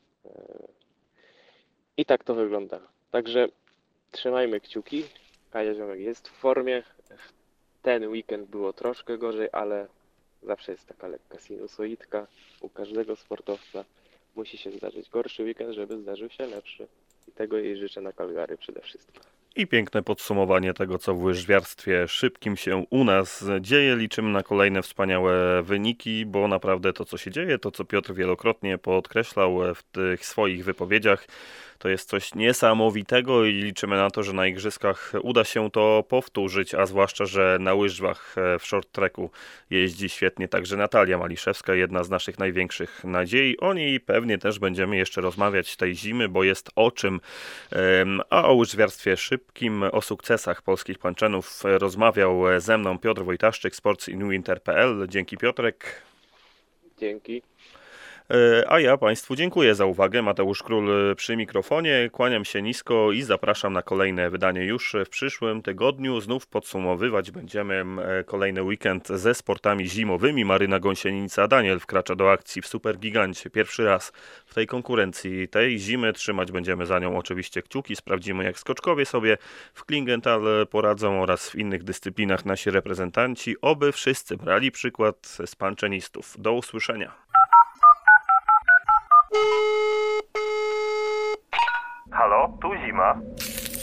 I tak to wygląda. Także trzymajmy kciuki. Kaja Ziomek jest w formie. Ten weekend było troszkę gorzej, ale zawsze jest taka lekka sinusoidka u każdego sportowca. Musi się zdarzyć gorszy weekend, żeby zdarzył się lepszy. I tego jej życzę na Calgary przede wszystkim. I piękne podsumowanie tego, co w łyżwiarstwie szybkim się u nas dzieje. Liczymy na kolejne wspaniałe wyniki, bo naprawdę to, co się dzieje, to, co Piotr wielokrotnie podkreślał w tych swoich wypowiedziach, to jest coś niesamowitego i liczymy na to, że na igrzyskach uda się to powtórzyć, a zwłaszcza, że na łyżwach w short tracku jeździ świetnie także Natalia Maliszewska, jedna z naszych największych nadziei. O niej pewnie też będziemy jeszcze rozmawiać tej zimy, bo jest o czym. A o łyżwiarstwie szybkim, o sukcesach polskich panczenów rozmawiał ze mną Piotr Wojtaszczyk, sports in winter kropka p l. Dzięki, Piotrek. Dzięki. A ja Państwu dziękuję za uwagę. Mateusz Król przy mikrofonie. Kłaniam się nisko i zapraszam na kolejne wydanie już w przyszłym tygodniu. Znów podsumowywać będziemy kolejny weekend ze sportami zimowymi. Maryna Gąsienica-Daniel wkracza do akcji w Supergigancie. Pierwszy raz w tej konkurencji tej zimy. Trzymać będziemy za nią oczywiście kciuki. Sprawdzimy, jak skoczkowie sobie w Klingenthal poradzą oraz w innych dyscyplinach nasi reprezentanci. Oby wszyscy brali przykład z panczenistów. Do usłyszenia. Halo, tu Zima.